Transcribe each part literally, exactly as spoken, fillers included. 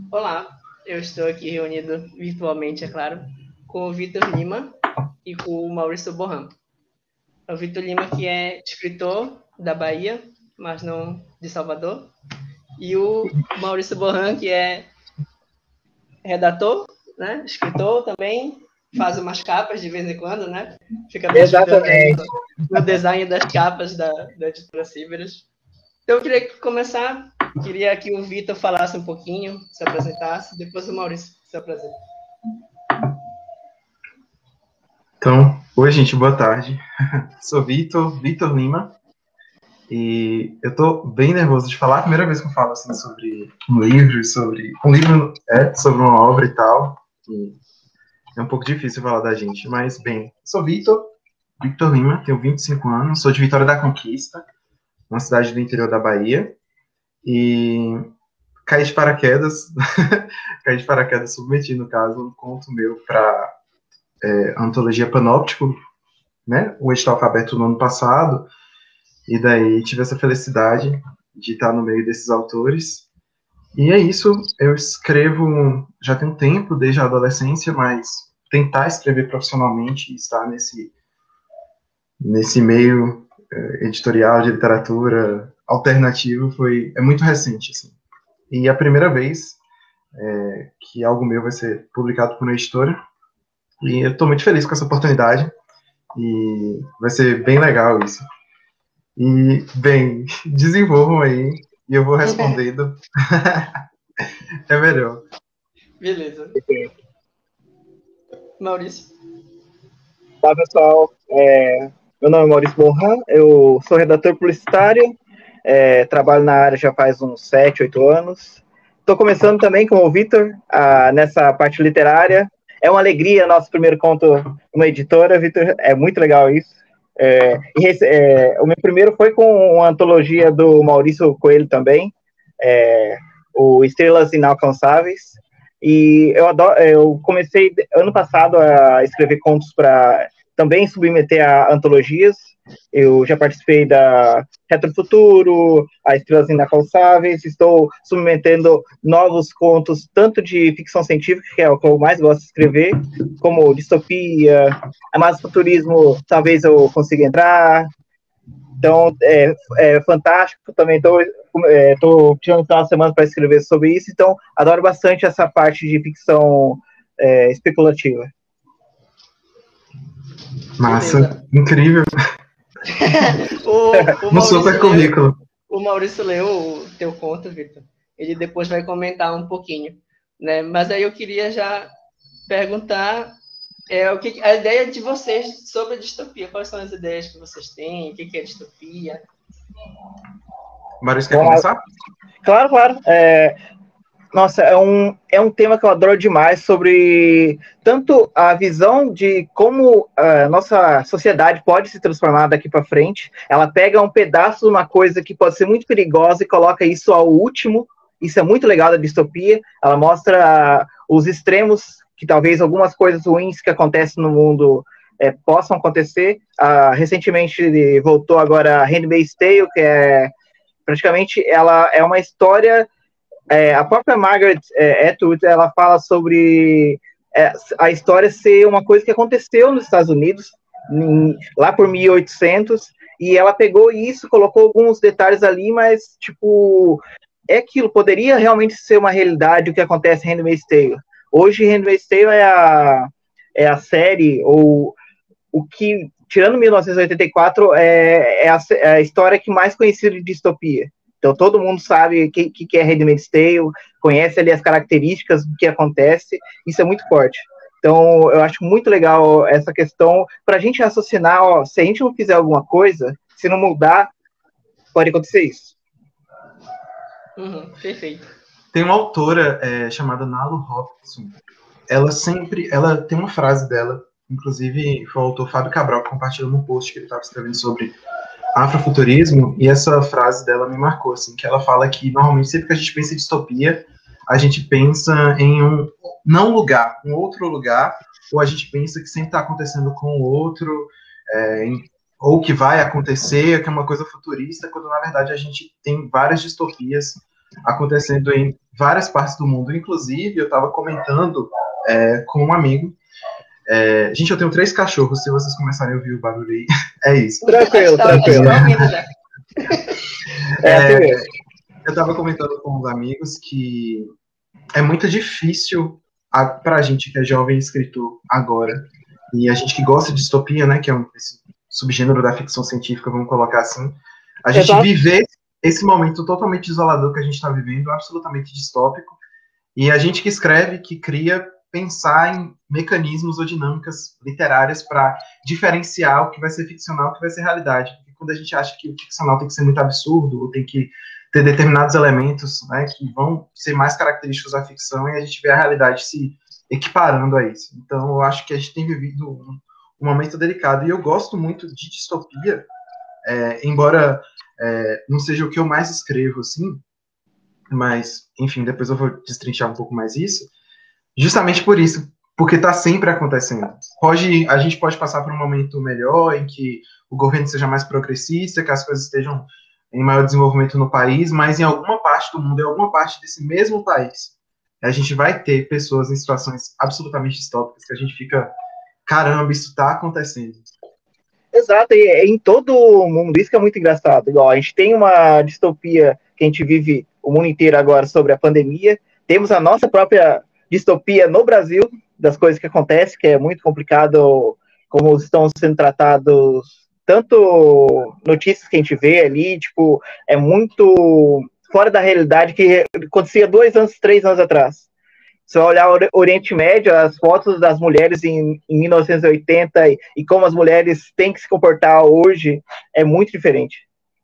Olá, eu estou aqui reunido virtualmente, é claro, com o Vitor Lima e com o Maurício Borran. O Vitor Lima, que é escritor da Bahia, mas não de Salvador, e o Maurício Borran, que é redator, né? Escritor também, faz umas capas de vez em quando, né? Fica me ajudando aí Exatamente. no, no design das capas da, da editora Ciberas. Então, eu queria começar, queria que o Vitor falasse um pouquinho, se apresentasse, depois o Maurício se apresenta. Então, oi, gente, boa tarde. Sou Vitor, Vitor Lima, e eu tô bem nervoso de falar. É a primeira vez que eu falo assim sobre um livro, sobre um livro, é, sobre uma obra e tal. E é um pouco difícil falar da gente, mas bem, sou Vitor, Vitor Lima, tenho vinte e cinco anos, sou de Vitória da Conquista, uma cidade do interior da Bahia, e caí de paraquedas, caí de paraquedas, submeti, no caso, um conto meu para é, antologia Panóptico, né? O edital foi aberto no ano passado, e daí tive essa felicidade de estar no meio desses autores. E é isso, eu escrevo já tem um tempo, desde a adolescência, mas tentar escrever profissionalmente e estar nesse, nesse meio eh, editorial de literatura alternativo foi, é muito recente, assim. E a primeira vez é, que algo meu vai ser publicado por uma editora, e eu estou muito feliz com essa oportunidade, e vai ser bem legal isso. E, bem, desenvolvam aí e eu vou respondendo. É melhor. Beleza. Maurício. Olá, pessoal. É, meu nome é Maurício Borran, eu sou redator publicitário, é, trabalho na área já faz uns sete, oito anos. Estou começando também com o Vitor nessa parte literária. É uma alegria nosso primeiro conto numa editora, Vitor, é muito legal isso. É, e esse, é, o meu primeiro foi com uma antologia do Maurício Coelho também, é, o Estrelas Inalcançáveis. E eu, adoro, eu comecei ano passado a escrever contos para também submeter a antologias. Eu já participei da Retrofuturo, a Estrelas Inalcançáveis, estou submetendo novos contos, tanto de ficção científica, que é o que eu mais gosto de escrever, como distopia, mais futurismo, talvez eu consiga entrar. Então, é, é fantástico, também estou é, tirando o final de semana para escrever sobre isso, então adoro bastante essa parte de ficção é, especulativa. Massa, Beleza. incrível. o, o Um super Maurício currículo. leu, o Maurício leu o teu conto, Vitor. Ele depois vai comentar um pouquinho, né? Mas aí eu queria já perguntar é, o que a ideia de vocês sobre a distopia. Quais são as ideias que vocês têm? O que é distopia? Maurício, quer começar? Claro, claro. É, nossa, é um, é um tema que eu adoro demais, sobre tanto a visão de como a nossa sociedade pode se transformar daqui para frente. Ela pega um pedaço de uma coisa que pode ser muito perigosa e coloca isso ao último. Isso é muito legal da distopia. Ela mostra os extremos, que talvez algumas coisas ruins que acontecem no mundo é, possam acontecer. Ah, recentemente voltou agora a Handmaid's Tale, que é praticamente ela é uma história. É, a própria Margaret é, Atwood, ela fala sobre é, a história ser uma coisa que aconteceu nos Estados Unidos, em, lá por mil e oitocentos, e ela pegou isso, colocou alguns detalhes ali, mas, tipo, é aquilo, poderia realmente ser uma realidade o que acontece em Handmaid's Tale. Hoje, Handmaid's Tale é a, é a série, ou o que, tirando mil novecentos e oitenta e quatro, é, é, a, é a história que mais conhecida de distopia. Então, todo mundo sabe o que, que é Handmaid's Tale, conhece ali as características do que acontece, isso é muito forte. Então, eu acho muito legal essa questão, para a gente raciocinar, ó, se a gente não fizer alguma coisa, se não mudar, pode acontecer isso. Uhum, perfeito. Tem uma autora é, chamada Nalu Hopkins. Ela sempre, ela tem uma frase dela, inclusive foi o autor Fábio Cabral que compartilhou no post que ele estava escrevendo sobre afrofuturismo, e essa frase dela me marcou, assim, que ela fala que normalmente sempre que a gente pensa em distopia, a gente pensa em um não lugar, um outro lugar, ou a gente pensa que sempre está acontecendo com o outro, é, em, ou que vai acontecer, que é uma coisa futurista, quando na verdade a gente tem várias distopias acontecendo em várias partes do mundo. Inclusive, eu estava comentando é, com um amigo. É, gente, eu tenho três cachorros, se vocês começarem a ouvir o barulho aí, é isso. Tranquilo, tranquilo. É, é, eu estava comentando com uns amigos que é muito difícil para a gente que é jovem escritor agora, e a gente que gosta de distopia, né, que é um, esse subgênero da ficção científica, vamos colocar assim, a gente Exato. viver esse momento totalmente isolador que a gente está vivendo, absolutamente distópico, e a gente que escreve, que cria, pensar em mecanismos ou dinâmicas literárias para diferenciar o que vai ser ficcional e o que vai ser realidade. Porque quando a gente acha que o ficcional tem que ser muito absurdo, ou tem que ter determinados elementos, né, que vão ser mais característicos da ficção, e a gente vê a realidade se equiparando a isso. Então, eu acho que a gente tem vivido um, um momento delicado, e eu gosto muito de distopia, é, embora é, não seja o que eu mais escrevo, assim, mas, enfim, depois eu vou destrinchar um pouco mais isso, justamente por isso, porque está sempre acontecendo. Pode, a gente pode passar por um momento melhor, em que o governo seja mais progressista, que as coisas estejam em maior desenvolvimento no país, mas em alguma parte do mundo, em alguma parte desse mesmo país, a gente vai ter pessoas em situações absolutamente distópicas, que a gente fica, caramba, isso está acontecendo. Exato, e é em todo o mundo, isso que é muito engraçado. Igual, a gente tem uma distopia que a gente vive o mundo inteiro agora sobre a pandemia, temos a nossa própria distopia no Brasil, das coisas que acontecem, que é muito complicado como estão sendo tratados, tanto notícias que a gente vê ali, tipo, é muito fora da realidade que acontecia dois anos, três anos atrás. Se você olhar o Oriente Médio, as fotos das mulheres em, em mil novecentos e oitenta e, e como as mulheres têm que se comportar hoje, é muito diferente.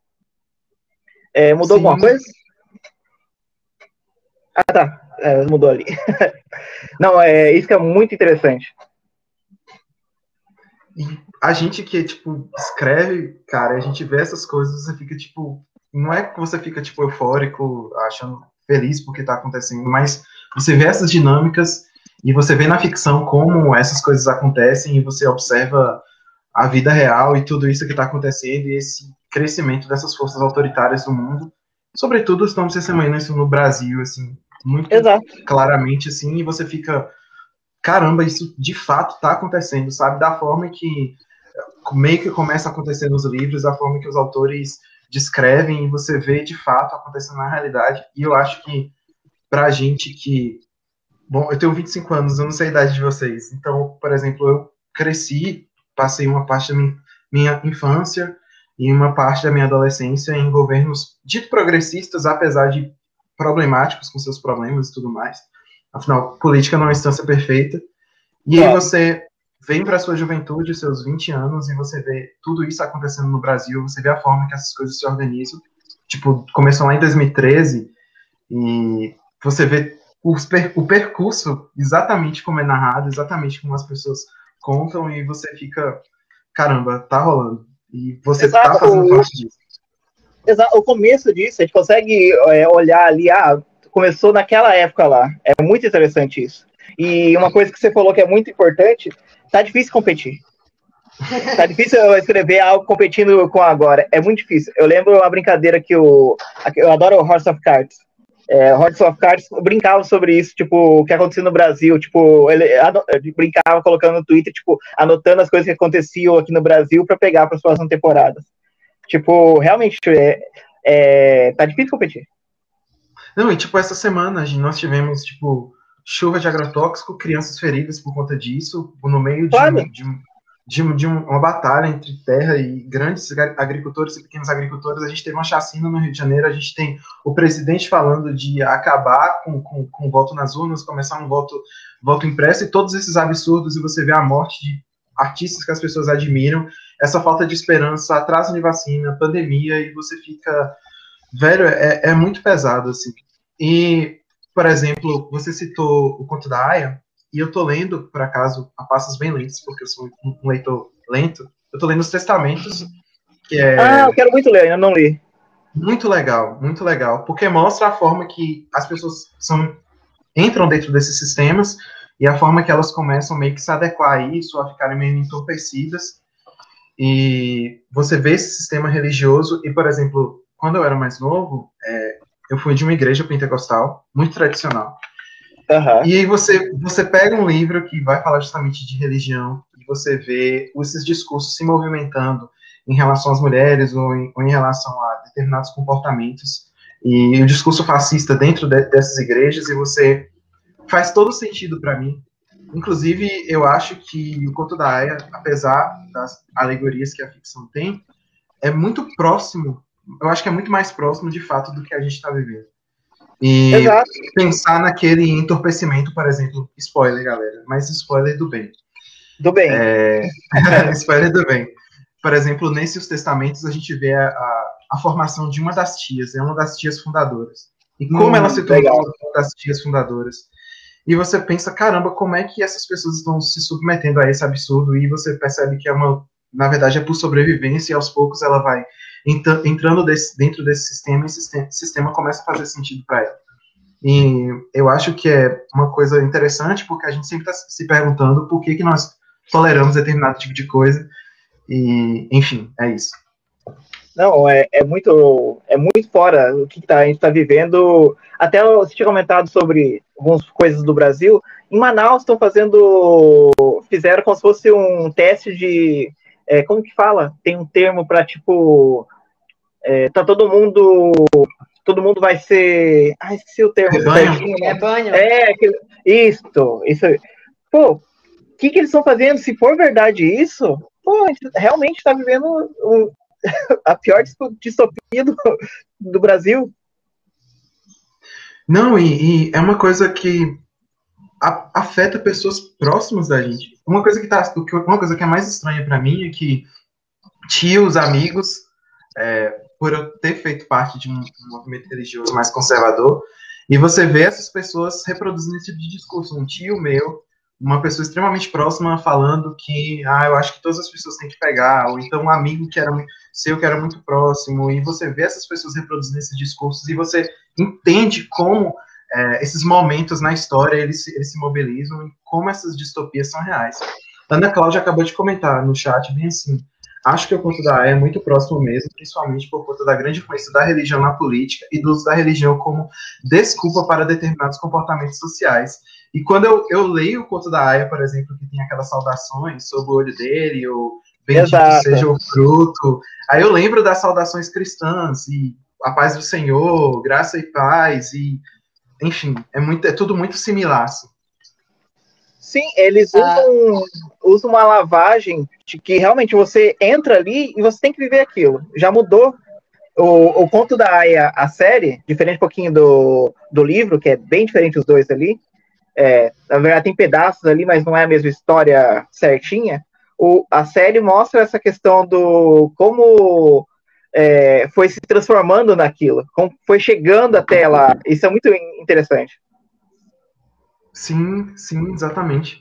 É, mudou Sim. alguma coisa? Ah, tá. É, mudou ali. Não, é isso que é muito interessante. E a gente que, tipo, escreve, cara, a gente vê essas coisas, você fica, tipo, não é que você fica, tipo, eufórico, achando feliz porque tá acontecendo, mas você vê essas dinâmicas e você vê na ficção como essas coisas acontecem e você observa a vida real e tudo isso que tá acontecendo e esse crescimento dessas forças autoritárias do mundo. Sobretudo, estamos testemunhando isso no Brasil, assim, muito Exato. claramente, assim, e você fica, caramba, isso de fato tá acontecendo, sabe? Da forma que meio que começa a acontecer nos livros, da forma que os autores descrevem e você vê de fato acontecendo na realidade. E eu acho que pra gente que... Bom, eu tenho vinte e cinco anos, eu não sei a idade de vocês. Então, por exemplo, eu cresci, passei uma parte da minha, minha infância e uma parte da minha adolescência em governos dito progressistas, apesar de problemáticos com seus problemas e tudo mais. Afinal, política não é uma instância perfeita. E aí você vem para a sua juventude, seus vinte anos, e você vê tudo isso acontecendo no Brasil, você vê a forma que essas coisas se organizam. Tipo, começou lá em dois mil e treze, e você vê os per o percurso exatamente como é narrado, exatamente como as pessoas contam, e você fica, caramba, tá rolando. E você Exato. tá fazendo parte disso. Exato. O começo disso, a gente consegue é, olhar ali, ah, começou naquela época lá. É muito interessante isso. E uma coisa que você falou que é muito importante, tá difícil competir. Tá difícil eu escrever algo competindo com agora. É muito difícil. Eu lembro uma brincadeira que o... Eu adoro o House of Cards. É, House of Cards brincava sobre isso, tipo, o que acontecia no Brasil. Tipo, ele, ele brincava colocando no Twitter, tipo, anotando as coisas que aconteciam aqui no Brasil para pegar para as próximas temporadas. Tipo, realmente, é, é, tá difícil competir. Não, e tipo, essa semana nós tivemos, tipo, chuva de agrotóxico, crianças feridas por conta disso, no meio de, claro. de, de, de uma batalha entre terra e grandes agricultores e pequenos agricultores. A gente teve uma chacina no Rio de Janeiro, a gente tem o presidente falando de acabar com, com, com o voto nas urnas, começar um voto, voto impresso, e todos esses absurdos, e você vê a morte de artistas que as pessoas admiram, essa falta de esperança, atraso de vacina, pandemia, e você fica... Velho, é, é muito pesado, assim. E, por exemplo, você citou o Conto da Aia, e eu tô lendo, por acaso, a passos bem lentos, porque eu sou um leitor lento, eu tô lendo Os Testamentos, que é... Ah, eu quero muito ler, eu não li. Muito legal, muito legal, porque mostra a forma que as pessoas são, entram dentro desses sistemas, e a forma que elas começam meio que se adequar a isso, a ficarem meio entorpecidas, e você vê esse sistema religioso, e, por exemplo, quando eu era mais novo, é, eu fui de uma igreja pentecostal, muito tradicional. Uhum. E aí você, você pega um livro que vai falar justamente de religião, e você vê esses discursos se movimentando em relação às mulheres ou em, ou em relação a determinados comportamentos, e o discurso fascista dentro de, dessas igrejas, e você faz todo sentido para mim. Inclusive, eu acho que o Conto da Aia, apesar das alegorias que a ficção tem, é muito próximo, eu acho que é muito mais próximo de fato do que a gente está vivendo. E Exato. pensar naquele entorpecimento, por exemplo, spoiler, galera, mas spoiler do bem. Do bem. É... spoiler do bem. Por exemplo, nesse Os Testamentos, a gente vê a, a, a formação de uma das tias, é uma das tias fundadoras. E como hum, ela se tornou legal. Uma das tias fundadoras. E você pensa, caramba, como é que essas pessoas estão se submetendo a esse absurdo? E você percebe que é uma, na verdade, é por sobrevivência, e aos poucos ela vai entrando desse, dentro desse sistema, e esse sistema, sistema começa a fazer sentido para ela. E eu acho que é uma coisa interessante, porque a gente sempre está se perguntando por que, que nós toleramos determinado tipo de coisa. E, enfim, é isso. Não, é, é muito é muito fora o que tá, a gente está vivendo. Até você tinha comentado sobre algumas coisas do Brasil. Em Manaus estão fazendo, fizeram como se fosse um teste de, é, como que fala? Tem um termo para tipo, é, tá todo mundo, todo mundo vai ser, ah, esqueci o termo. Rebanho. Rebanho. É, isso, isso. Pô, o que que eles estão fazendo? Se for verdade isso, pô, a gente realmente está vivendo um, a pior distopia do, do Brasil. Não, e, e é uma coisa que a, afeta pessoas próximas da gente. Uma coisa que tá, uma coisa que é mais estranha para mim é que tios, amigos, é, por eu ter feito parte de um, um movimento religioso mais conservador, e você vê essas pessoas reproduzindo esse tipo de discurso. Um tio meu, uma pessoa extremamente próxima falando que, ah, eu acho que todas as pessoas têm que pegar, ou então um amigo que era seu que era muito próximo, e você vê essas pessoas reproduzindo esses discursos, e você entende como é, esses momentos na história, eles, eles se mobilizam, e como essas distopias são reais. Ana Cláudia acabou de comentar no chat, bem assim, acho que o Conto da Aia é muito próximo mesmo, principalmente por conta da grande influência da religião na política, e do uso da religião como desculpa para determinados comportamentos sociais. E quando eu, eu leio o Conto da Aia, por exemplo, que tem aquelas saudações sobre o olho dele, ou bendito Exato. Seja o fruto, aí eu lembro das saudações cristãs, e a paz do Senhor, graça e paz, e enfim, é, muito, é tudo muito similar. Assim. Sim, eles usam, ah. usam uma lavagem de que realmente você entra ali e você tem que viver aquilo. Já mudou. O, o Conto da Aia, a série, diferente um pouquinho do, do livro, que é bem diferente os dois ali, é, na verdade tem pedaços ali, mas não é a mesma história certinha. O, a série mostra essa questão do como é, foi se transformando naquilo, como foi chegando até lá. Isso é muito interessante. Sim, sim, exatamente.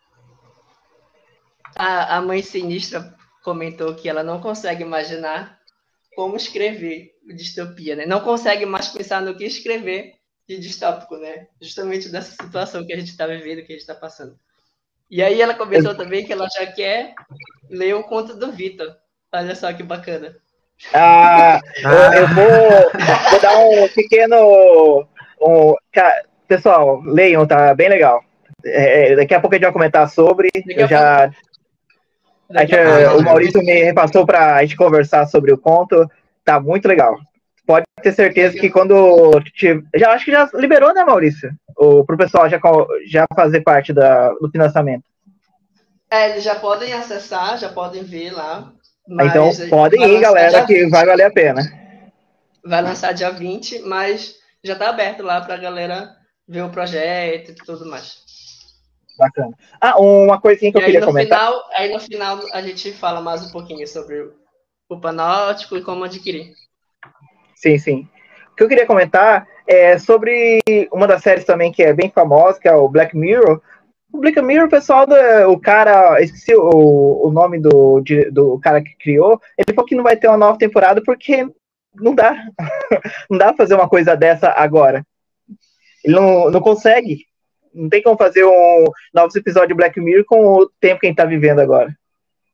A, a mãe sinistra comentou que ela não consegue imaginar como escrever distopia, né? Não consegue mais pensar no que escrever de distópico, né? Justamente dessa situação que a gente está vivendo, que a gente está passando. E aí ela comentou também que ela já quer ler o conto do Vitor. Olha só que bacana. Ah, eu, eu vou, vou dar um pequeno... Um, pessoal, leiam, tá bem legal. É, daqui a pouco a gente vai comentar sobre. Eu já, a gente, a o Maurício me repassou para a gente conversar sobre o conto. Tá muito legal. Pode ter certeza que quando... Já acho que já liberou, né, Maurício? O, pro pessoal já, já fazer parte da, do financiamento. É, eles já podem acessar, já podem ver lá. Então, podem ir, galera, que vai valer a pena. Vai lançar dia vinte, mas já tá aberto lá pra galera ver o projeto e tudo mais. Bacana. Ah, uma coisinha que e eu queria comentar. Final, aí no final a gente fala mais um pouquinho sobre o Panóptico e como adquirir. Sim, sim. O que eu queria comentar é sobre uma das séries também que é bem famosa, que é o Black Mirror. O Black Mirror, o pessoal, do, o cara, esqueci o, o nome do, de, do cara que criou, ele falou que não vai ter uma nova temporada porque não dá. Não dá pra fazer uma coisa dessa agora. Ele não, não consegue. Não tem como fazer um novos episódios de Black Mirror com o tempo que a gente tá vivendo agora.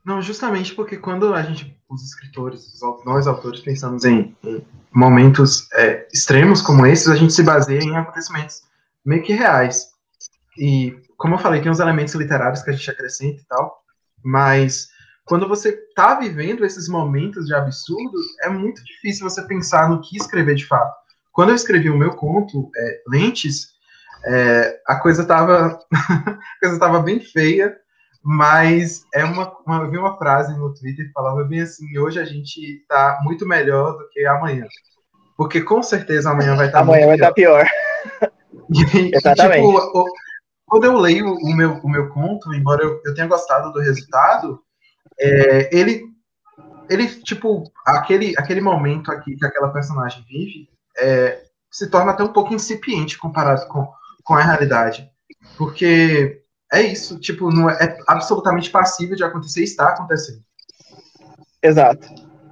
Não, justamente porque quando a gente, os escritores, os, nós autores, pensamos em, em momentos é, extremos como esses, a gente se baseia em acontecimentos meio que reais. E, como eu falei, tem uns elementos literários que a gente acrescenta e tal, mas quando você está vivendo esses momentos de absurdo, é muito difícil você pensar no que escrever de fato. Quando eu escrevi o meu conto, é, Lentes, é, a coisa estava a coisa estava bem feia, mas é uma, uma, eu vi uma frase no Twitter que falava bem assim: hoje a gente está muito melhor do que amanhã, porque com certeza amanhã vai estar tá Amanhã muito vai estar pior. pior. E, e, tipo, Exatamente. o, quando eu leio o meu, o meu conto, embora eu, eu tenha gostado do resultado, é, ele, ele, tipo, aquele, aquele momento aqui que aquela personagem vive é, se torna até um pouco incipiente comparado com, com a realidade. Porque é isso, tipo, não é, é absolutamente passível de acontecer e está acontecendo. Exato.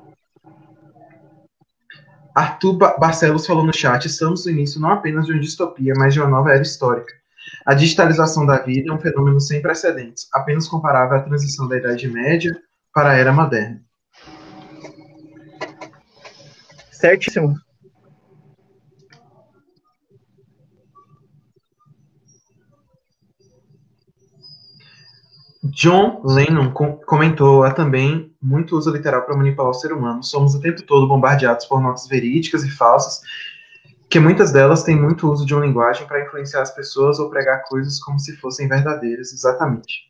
Arthur Barcelos falou no chat: estamos no início não apenas de uma distopia, mas de uma nova era histórica. A digitalização da vida é um fenômeno sem precedentes, apenas comparável à transição da Idade Média para a Era Moderna. Certíssimo. John Lennon com comentou: há também muito uso literal para manipular o ser humano. Somos o tempo todo bombardeados por notas verídicas e falsas, que muitas delas têm muito uso de uma linguagem para influenciar as pessoas ou pregar coisas como se fossem verdadeiras. Exatamente.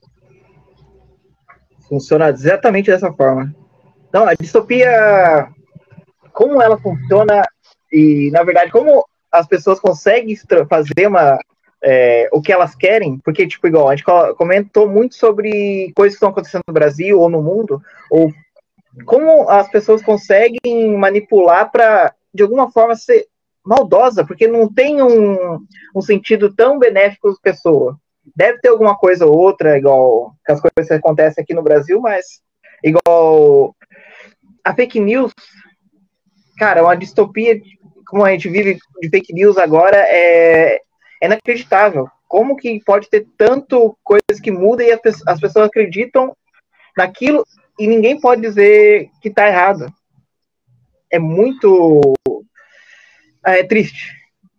Funciona exatamente dessa forma. Não, a distopia, como ela funciona e, na verdade, como as pessoas conseguem fazer uma, é, o que elas querem, porque, tipo, igual, a gente comentou muito sobre coisas que estão acontecendo no Brasil ou no mundo, ou como as pessoas conseguem manipular para, de alguma forma, ser maldosa, porque não tem um, um sentido tão benéfico para a pessoa. Deve ter alguma coisa ou outra, igual as coisas que acontecem aqui no Brasil, mas igual a fake news, cara, uma distopia, como a gente vive de fake news agora, é, é inacreditável. Como que pode ter tanto coisas que mudam e as pessoas acreditam naquilo e ninguém pode dizer que está errado. É muito é, triste.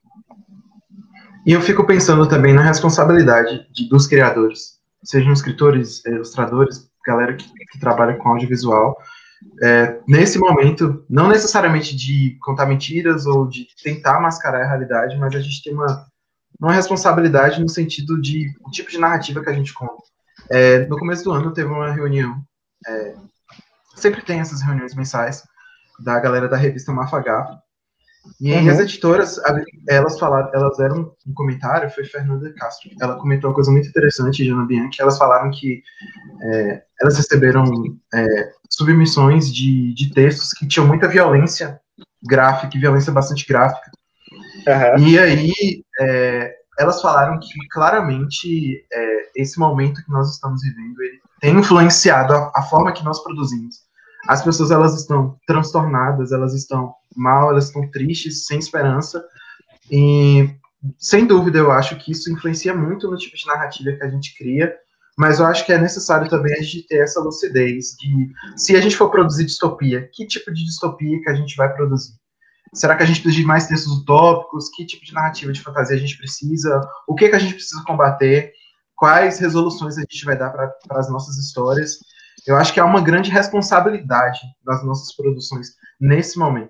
E eu fico pensando também na responsabilidade de, dos criadores, sejam escritores, ilustradores, galera que, que trabalha com audiovisual, é, nesse momento, não necessariamente de contar mentiras ou de tentar mascarar a realidade, mas a gente tem uma, uma responsabilidade no sentido de o tipo de narrativa que a gente conta. É, no começo do ano teve uma reunião, é, sempre tem essas reuniões mensais, da galera da revista Mafagafo, e uhum. as editoras, elas falaram, elas deram um comentário, foi Fernanda Castro, ela comentou uma coisa muito interessante, Jana Bianchi, elas falaram que é, elas receberam é, submissões de, de textos que tinham muita violência gráfica, violência bastante gráfica, uhum. e aí é, elas falaram que claramente é, esse momento que nós estamos vivendo, ele tem influenciado a, a forma que nós produzimos. As pessoas, elas estão transtornadas, elas estão mal, elas estão tristes, sem esperança, e sem dúvida eu acho que isso influencia muito no tipo de narrativa que a gente cria, mas eu acho que é necessário também a gente ter essa lucidez de, se a gente for produzir distopia, que tipo de distopia que a gente vai produzir? Será que a gente precisa de mais textos utópicos? Que tipo de narrativa de fantasia a gente precisa? O que, que a gente precisa combater? Quais resoluções a gente vai dar para as nossas histórias? Eu acho que há uma grande responsabilidade das nossas produções nesse momento.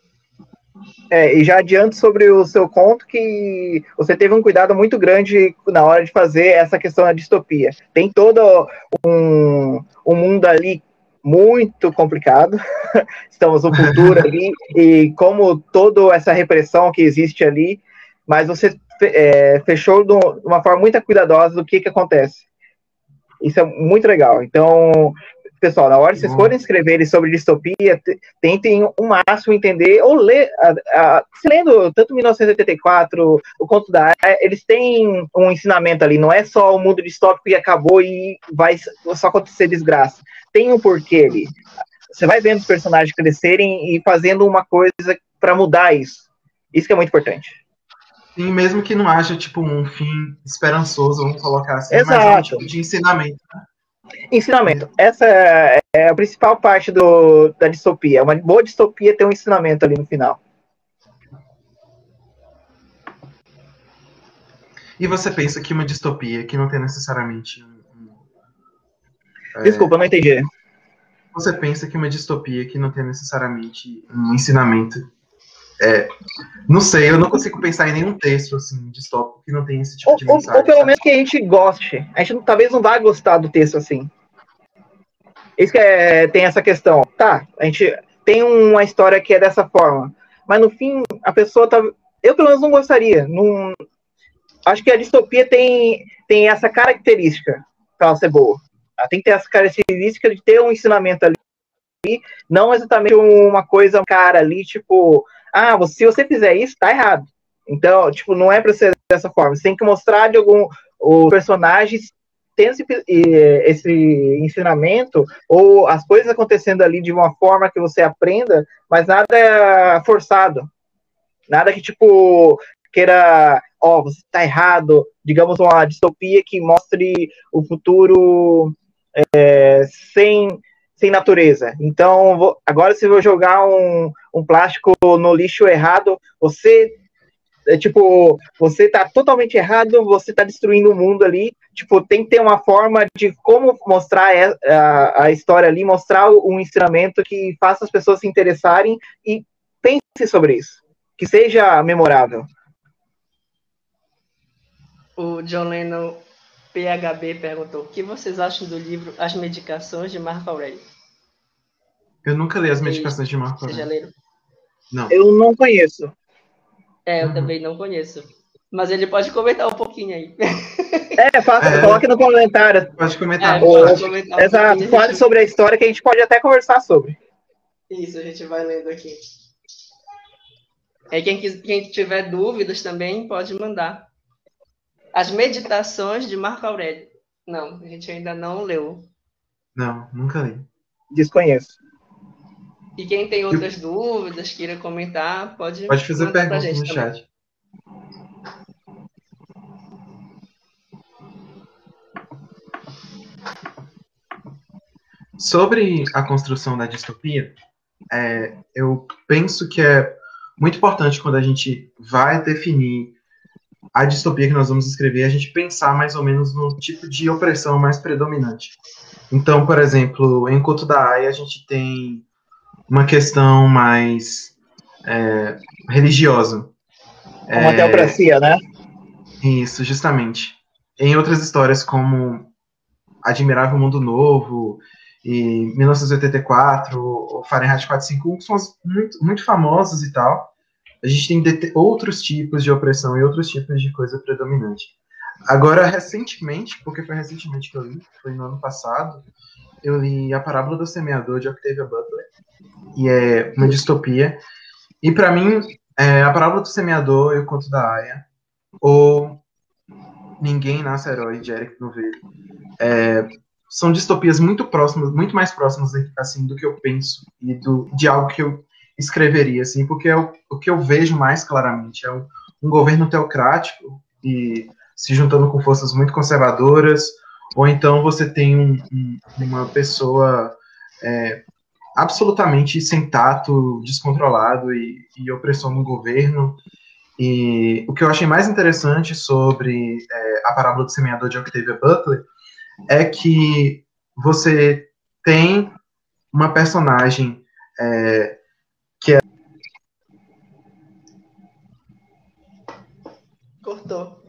É, e já adianto sobre o seu conto que você teve um cuidado muito grande na hora de fazer essa questão da distopia. Tem todo um, um mundo ali muito complicado, estamos no futuro ali, e como toda essa repressão que existe ali, mas você é, fechou de uma forma muito cuidadosa do que, que acontece. Isso é muito legal. Então, pessoal, na hora que vocês forem escreverem sobre distopia, tentem o máximo entender ou ler, a, a, lendo tanto mil novecentos e oitenta e quatro, o Conto da Aia, eles têm um ensinamento ali, não é só o mundo distópico e acabou e vai só acontecer desgraça. Tem um porquê ali. Você vai vendo os personagens crescerem e fazendo uma coisa para mudar isso. Isso que é muito importante. E mesmo que não haja, tipo, um fim esperançoso, vamos colocar assim, Exato. mas é um tipo de ensinamento, né? Ensinamento. Essa é, é a principal parte do, da distopia. Uma boa distopia tem um ensinamento ali no final. E você pensa que uma distopia que não tem necessariamente um, um, Desculpa, é... eu não entendi. Você pensa que uma distopia que não tem necessariamente um ensinamento... É, não sei, eu não consigo pensar em nenhum texto assim, distópico que não tenha esse tipo ou, de mensagem. Ou, ou pelo menos que a gente goste. A gente talvez não vai gostar do texto assim. Isso que é, tem essa questão. Tá, a gente tem uma história que é dessa forma. Mas no fim, a pessoa tá... Eu pelo menos não gostaria. Não... Acho que a distopia tem, tem essa característica para ela ser boa. Ela tem que ter essa característica de ter um ensinamento ali. Não exatamente uma coisa, um cara ali, tipo... Ah, você, se você fizer isso, tá errado. Então, tipo, não é pra ser dessa forma. Você tem que mostrar de algum... Os personagens tendo esse, esse ensinamento, ou as coisas acontecendo ali de uma forma que você aprenda, mas nada forçado. Nada que, tipo, queira... Ó, oh, você tá errado. Digamos, uma distopia que mostre o futuro é, sem... sem natureza. Então, vou, agora se eu vou jogar um, um plástico no lixo errado, você, é, tipo, você tá totalmente errado, você tá destruindo o mundo ali. Tipo, tem que ter uma forma de como mostrar a, a, a história ali, mostrar um ensinamento que faça as pessoas se interessarem e pense sobre isso. Que seja memorável. O John Lennon, P H B, perguntou: o que vocês acham do livro As Medicações de Marco Aurélio? Eu nunca li As Medicações de Marco Aurélio. Vocês já leram? Não. Eu não conheço. É, eu uhum. também não conheço. Mas ele pode comentar um pouquinho aí. É, faça, é, coloque no comentário. Pode comentar. É, pode comentar um Exato, fale gente... sobre a história que a gente pode até conversar sobre. Isso, a gente vai lendo aqui. É, quem, quem tiver dúvidas também pode mandar. As Meditações de Marco Aurélio. Não, a gente ainda não leu. Não, nunca li. Desconheço. E quem tem outras Eu... dúvidas, queira comentar, pode Pode fazer perguntas no também. chat. Sobre a construção da distopia, é, eu penso que é muito importante quando a gente vai definir a distopia que nós vamos escrever, a gente pensar mais ou menos no tipo de opressão mais predominante. Então, por exemplo, em Conto da Aia, a gente tem uma questão mais é, religiosa. Uma é, teocracia, né? Isso, justamente. Em outras histórias, como Admirável Mundo Novo, e mil novecentos e oitenta e quatro, ou Fahrenheit quatrocentos e cinquenta e um, que são muito, muito famosos e tal, a gente tem outros tipos de opressão e outros tipos de coisa predominante. Agora, recentemente, porque foi recentemente que eu li, foi no ano passado, eu li A Parábola do Semeador, de Octavia Butler, e é uma distopia. E, para mim, é, A Parábola do Semeador e O Conto da Aia, ou Ninguém Nasce Herói, de Eric Novello, é, são distopias muito próximas, muito mais próximas assim, do que eu penso e do, de algo que eu escreveria, assim, porque é o, o que eu vejo mais claramente é um, um governo teocrático e se juntando com forças muito conservadoras, ou então você tem um, um, uma pessoa é, absolutamente sem tato, descontrolado e, e opressor no governo. E o que eu achei mais interessante sobre é, A Parábola do Semeador, de Octavia Butler, é que você tem uma personagem é, que é... Cortou.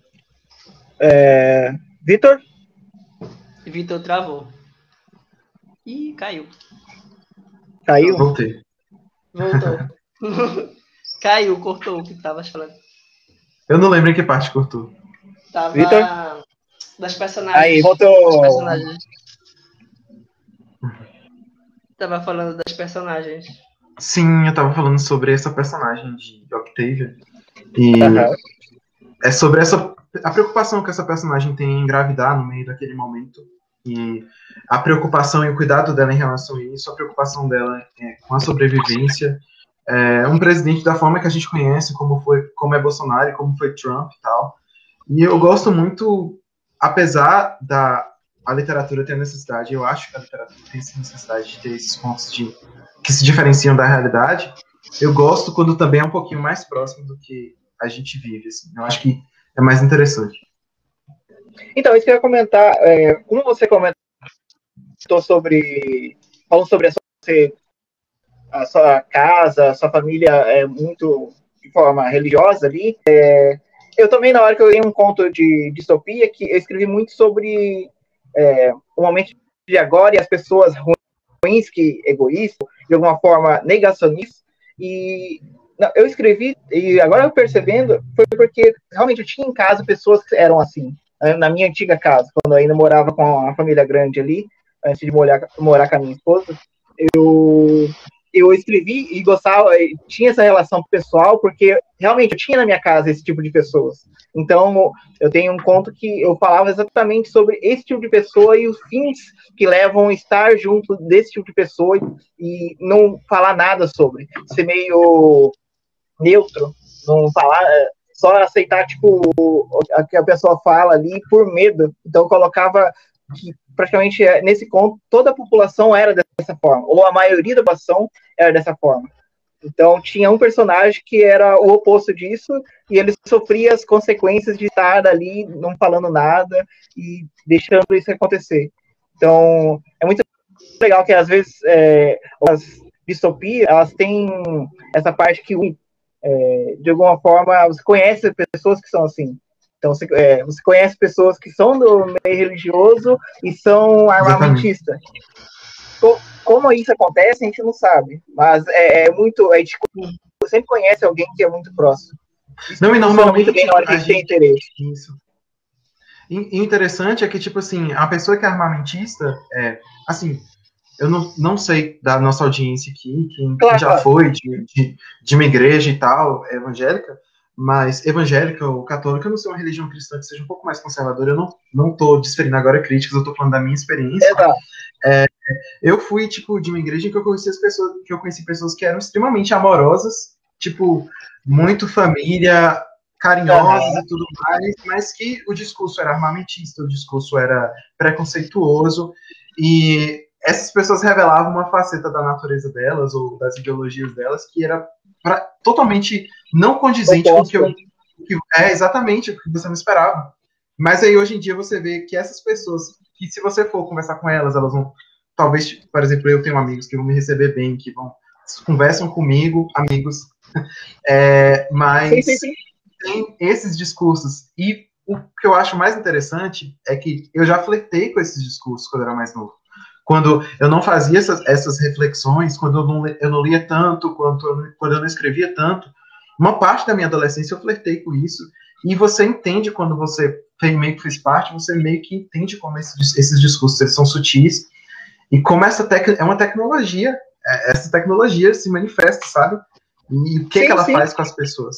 É... Vitor? Vitor travou. Ih, caiu. Caiu? Voltei. Voltou. Caiu, cortou o que tava falando. Eu não lembro em que parte cortou. Tava Vitor? Das personagens. Aí, voltou. Das personagens. Tava falando das personagens. Sim, eu tava falando sobre essa personagem de Octavia. E uhum. é sobre essa a preocupação que essa personagem tem em engravidar no meio daquele momento. E a preocupação e o cuidado dela em relação a isso, a preocupação dela é com a sobrevivência. É um presidente da forma que a gente conhece, como foi, como é Bolsonaro, como foi Trump e tal. E eu gosto muito, apesar da a literatura tem a necessidade, eu acho que a literatura tem essa necessidade de ter esses pontos de, que se diferenciam da realidade. Eu gosto quando também é um pouquinho mais próximo do que a gente vive, assim. Eu acho que é mais interessante. Então, isso que eu ia comentar, é, como você comentou sobre, falando sobre a sua, a sua casa, a sua família é muito de forma religiosa ali, é, eu também, na hora que eu li um conto de distopia, que eu escrevi muito sobre é, o momento de agora e as pessoas ruins, que egoístas, de alguma forma negacionistas, e não, eu escrevi, e agora eu percebendo, foi porque realmente eu tinha em casa pessoas que eram assim, na minha antiga casa, quando eu ainda morava com uma família grande ali, antes de morar, morar com a minha esposa, eu, eu escrevi e gostava, tinha essa relação pessoal, porque realmente eu tinha na minha casa esse tipo de pessoas. Então, eu tenho um conto que eu falava exatamente sobre esse tipo de pessoa e os fins que levam a estar junto desse tipo de pessoa e não falar nada sobre. Ser meio neutro, não falar, só aceitar, tipo, o que a pessoa fala ali por medo. Então, eu colocava que praticamente nesse conto toda a população era dessa forma, ou a maioria da população era dessa forma. Então, tinha um personagem que era o oposto disso, e ele sofria as consequências de estar ali, não falando nada, e deixando isso acontecer. Então, é muito legal que, às vezes, é, as distopias, elas têm essa parte que, é, de alguma forma, você conhece pessoas que são assim. Então, você, é, você conhece pessoas que são do meio religioso e são armamentistas. Como isso acontece, a gente não sabe. Mas é, é muito. A gente sempre conhece alguém que é muito próximo. Isso não, e normalmente muito bem na hora que a gente tem interesse. Isso. E interessante é que, tipo assim, a pessoa que é armamentista, é, assim, eu não, não sei da nossa audiência aqui, quem claro, já claro. foi de, de, de uma igreja e tal, evangélica, mas evangélica ou católica não sou uma religião cristã que seja um pouco mais conservadora. Eu não, não tô desferindo agora críticas, eu tô falando da minha experiência. Exato. É, eu fui, tipo, de uma igreja que eu conheci as pessoas, que eu conheci pessoas que eram extremamente amorosas, tipo, muito família, carinhosas uhum. e tudo mais, mas que o discurso era armamentista, o discurso era preconceituoso, e essas pessoas revelavam uma faceta da natureza delas, ou das ideologias delas, que era pra, totalmente não condizente com o que eu... Que, é exatamente o que você não esperava. Mas aí, hoje em dia, você vê que essas pessoas, que se você for conversar com elas, elas vão... Talvez, por exemplo, eu tenho amigos que vão me receber bem, que vão conversam comigo, amigos, é, mas sim, sim, sim. tem esses discursos. E o que eu acho mais interessante é que eu já flertei com esses discursos quando eu era mais novo. Quando eu não fazia essas, essas reflexões, quando eu não, eu não lia tanto, quando eu, quando eu não escrevia tanto, uma parte da minha adolescência eu flertei com isso. E você entende quando você meio que fez parte, você meio que entende como esses, esses discursos eles são sutis e como essa tec, é uma tecnologia, essa tecnologia se manifesta, sabe? E o que, sim, que ela sim. faz com as pessoas.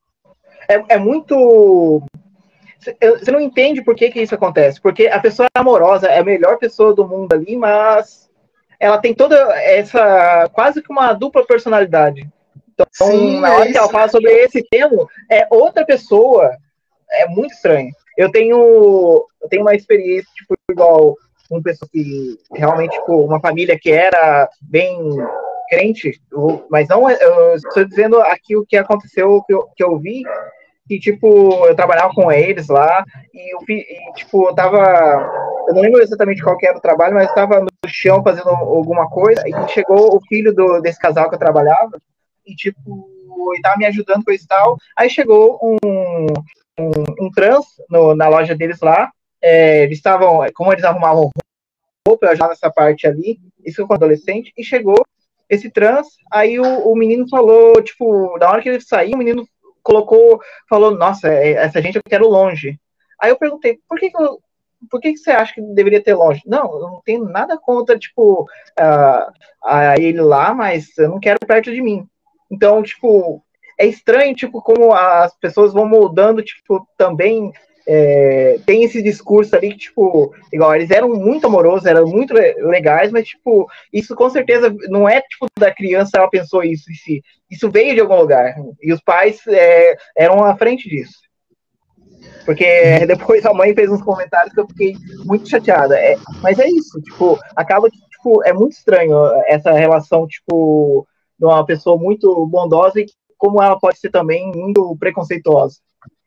É, é muito... Você não entende por que, que isso acontece. Porque a pessoa amorosa é a melhor pessoa do mundo ali, mas ela tem toda essa... quase que uma dupla personalidade. Então, sim, na hora é que ela fala sobre esse tema, é outra pessoa. É muito estranho. Eu tenho, eu tenho uma experiência, tipo, igual uma pessoa que realmente, tipo, uma família que era bem crente, mas não, eu estou dizendo aqui o que aconteceu, que eu, que eu vi, que, tipo, eu trabalhava com eles lá, e, eu, e tipo, eu tava, eu não lembro exatamente qual que era o trabalho, mas eu tava no chão fazendo alguma coisa, e chegou o filho do, desse casal que eu trabalhava, e, tipo, ele tava me ajudando com isso e tal, aí chegou um, um, um trans no, na loja deles lá, é, eles estavam, como eles arrumavam roupa, eu ajudava nessa parte ali, isso com adolescente, e chegou esse trans, aí o, o menino falou, tipo, na hora que ele saiu, o menino colocou, falou, nossa, essa gente eu quero longe. Aí eu perguntei, por que que, eu, por que que você acha que deveria ter longe? Não, eu não tenho nada contra, tipo, uh, a ele lá, mas eu não quero perto de mim. Então, tipo, é estranho, tipo, como as pessoas vão moldando, tipo, também é, tem esse discurso ali que, tipo, igual, eles eram muito amorosos, eram muito legais, mas, tipo, isso com certeza não é, tipo, da criança, ela pensou isso em si. Isso veio de algum lugar. E os pais é, eram à frente disso. Porque depois a mãe fez uns comentários que eu fiquei muito chateada. É, mas é isso, tipo, acaba que tipo, é muito estranho essa relação, tipo, de uma pessoa muito bondosa e como ela pode ser também muito preconceituosa.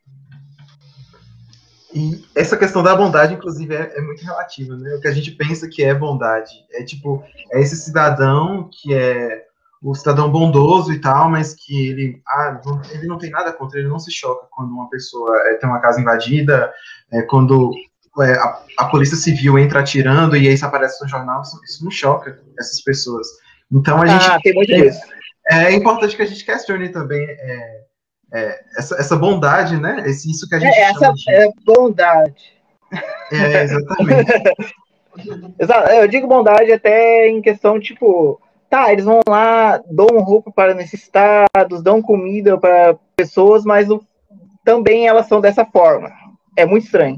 E essa questão da bondade, inclusive, é, é muito relativa, né? O que a gente pensa que é bondade. É tipo, é esse cidadão que é o cidadão bondoso e tal, mas que ele, ah, não, ele não tem nada contra, ele não se choca quando uma pessoa é, tem uma casa invadida, é, quando é, a, a polícia civil entra atirando e aí isso aparece no jornal, isso, isso não choca essas pessoas. Então a gente. Ah, tem muito disso. É, é importante que a gente questione também. É, É, essa, essa bondade, né? Esse, isso que a gente É, chama essa de... é bondade. É, exatamente. Eu digo bondade até em questão, tipo, tá, eles vão lá, dão roupa para necessitados, dão comida para pessoas, mas o, também elas são dessa forma. É muito estranho.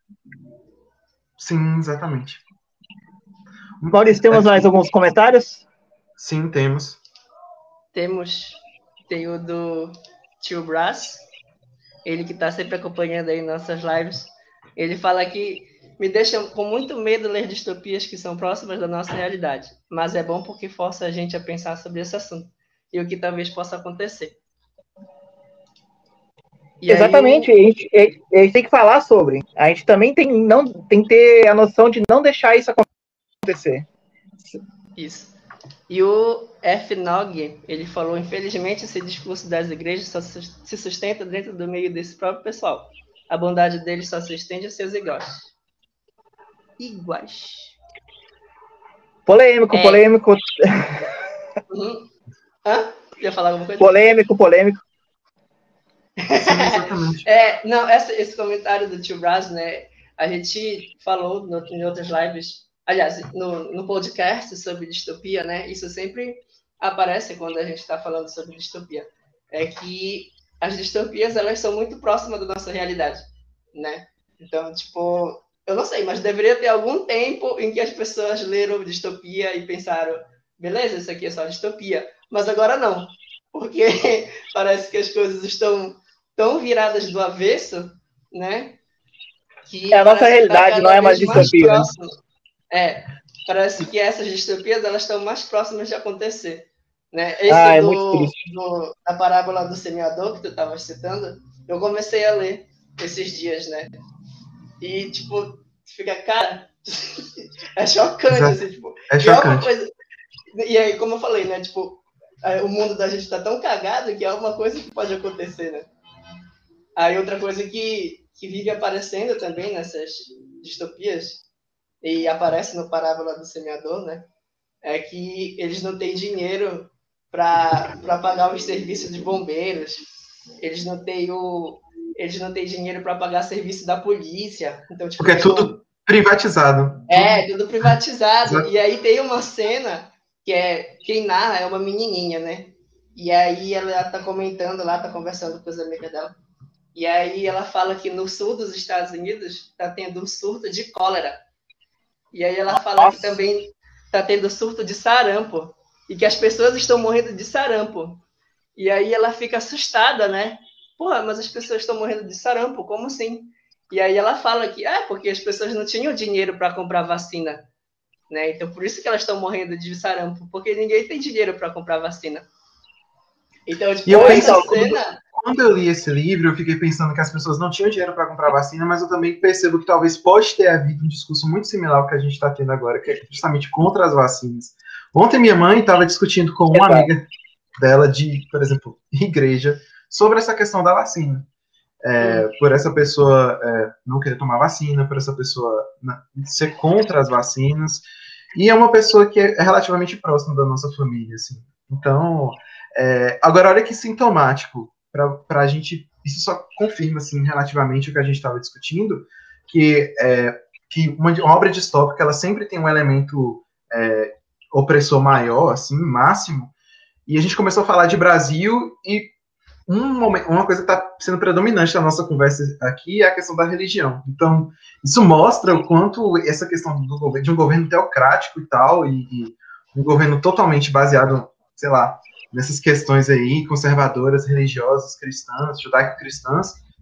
Sim, exatamente. Maurício, temos Aqui. mais alguns comentários? Sim, temos. Temos, tem o do Tio Brás, ele que está sempre acompanhando aí nossas lives. Ele fala que me deixa com muito medo ler distopias que são próximas da nossa realidade, mas é bom porque força a gente a pensar sobre esse assunto e o que talvez possa acontecer. E Exatamente, aí, a, gente, a gente tem que falar sobre. A gente também tem, não, tem que ter a noção de não deixar isso acontecer. Isso. E o F. Nog, ele falou, infelizmente, esse discurso das igrejas só se sustenta dentro do meio desse próprio pessoal. A bondade deles só se estende a seus iguais. Iguais. Polêmico, é. polêmico. Uhum. Hã? Ia falar alguma coisa? Polêmico, polêmico. Sim, exatamente. É, não, essa, esse comentário do tio Braz, né? A gente falou no, em outras lives, aliás, no, no podcast sobre distopia, né? Isso sempre aparece quando a gente está falando sobre distopia. É que as distopias, elas são muito próximas da nossa realidade, né? Então, tipo, eu não sei, mas deveria ter algum tempo em que as pessoas leram distopia e pensaram, beleza, isso aqui é só distopia. Mas agora não, porque parece que as coisas estão tão viradas do avesso, né? Que é a nossa realidade, tá não é mais distopia. Mais é, parece que essas distopias elas estão mais próximas de acontecer, né? Esse ah, é do, muito triste. do, da parábola do semeador que tu estava citando, eu comecei a ler esses dias, né? E tipo, fica, cara, é chocante, Exato. assim, tipo, é chocante. É uma coisa... E aí, como eu falei, né? Tipo, o mundo da gente tá tão cagado que é uma coisa que pode acontecer, né? Aí outra coisa que, que vive aparecendo também nessas distopias, e aparece no Parábola do Semeador, né? É que eles não têm dinheiro para pagar os serviços de bombeiros, eles não têm, o, eles não têm dinheiro para pagar serviço da polícia. Então, tipo, porque é tudo privatizado. É, tudo privatizado. E aí tem uma cena que é, quem narra é uma menininha, né? E aí ela tá comentando lá, tá conversando com as amigas dela. E aí ela fala que no sul dos Estados Unidos tá tendo um surto de cólera. E aí ela fala Nossa. que também tá tendo surto de sarampo. E que as pessoas estão morrendo de sarampo. E aí ela fica assustada, né? Porra, mas as pessoas estão morrendo de sarampo, como assim? E aí ela fala que, ah, porque as pessoas não tinham dinheiro para comprar vacina. Né? Então por isso que elas estão morrendo de sarampo. Porque ninguém tem dinheiro para comprar vacina. Então, tipo, e eu essa penso, cena... Quando eu li esse livro, eu fiquei pensando que as pessoas não tinham dinheiro para comprar vacina, mas eu também percebo que talvez pode ter havido um discurso muito similar ao que a gente está tendo agora, que é justamente contra as vacinas. Ontem minha mãe estava discutindo com uma amiga dela de, por exemplo, igreja, sobre essa questão da vacina. É, por essa pessoa é, não querer tomar vacina, por essa pessoa ser contra as vacinas, e é uma pessoa que é relativamente próxima da nossa família, assim. Então, é, agora olha que sintomático, para a gente, isso só confirma, assim, relativamente o que a gente estava discutindo, que, é, que uma, uma obra distópica, ela sempre tem um elemento é, opressor maior, assim, máximo, e a gente começou a falar de Brasil, e um momento, uma coisa que está sendo predominante na nossa conversa aqui é a questão da religião. Então, isso mostra o quanto essa questão do governo, de um governo teocrático e tal, e, e um governo totalmente baseado, sei lá, nessas questões aí, conservadoras, religiosas, cristãs, judaico-cristãs,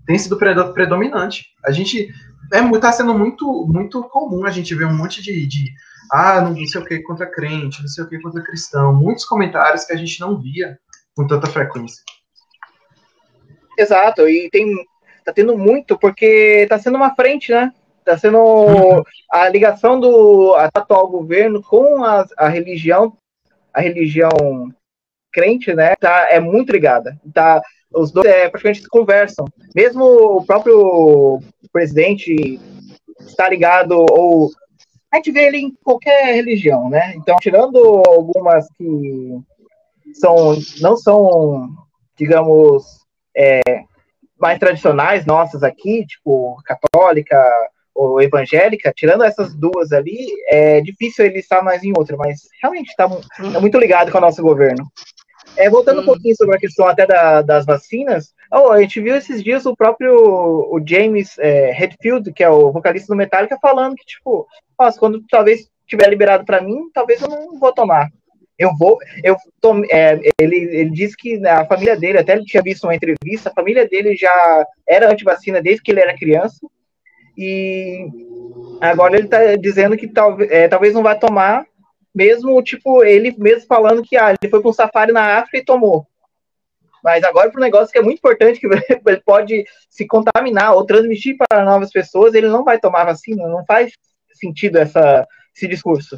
tem sido predo- predominante. A gente é está sendo muito, muito comum a gente ver um monte de, de ah, não sei o que contra crente, não sei o que contra cristão, muitos comentários que a gente não via com tanta frequência. Exato, e tem, tá tendo muito, porque tá sendo uma frente, né? Tá sendo uhum. a ligação do atual governo com a, a religião, a religião crente, né? Tá, é muito ligada. Tá, os dois é, praticamente conversam. Mesmo o próprio presidente está ligado, ou a gente vê ele em qualquer religião, né? Então, tirando algumas que são, não são, digamos, é, mais tradicionais nossas aqui, tipo católica ou evangélica, tirando essas duas ali, é difícil ele estar mais em outra, mas realmente está tá muito ligado com o nosso governo. É, voltando um pouquinho sobre a questão até da, das vacinas, oh, a gente viu esses dias o próprio o James é, Hetfield, que é o vocalista do Metallica, falando que, tipo, nossa, quando talvez tiver liberado para mim, talvez eu não vou tomar. Eu vou, eu tome, é, ele, ele disse que a família dele, até ele tinha visto uma entrevista, a família dele já era antivacina desde que ele era criança, e agora ele está dizendo que talvez, é, talvez não vai tomar, mesmo, tipo, ele mesmo falando que ah, ele foi para um safari na África e tomou. Mas agora para um negócio que é muito importante, que ele pode se contaminar ou transmitir para novas pessoas, ele não vai tomar vacina, não faz sentido essa, esse discurso.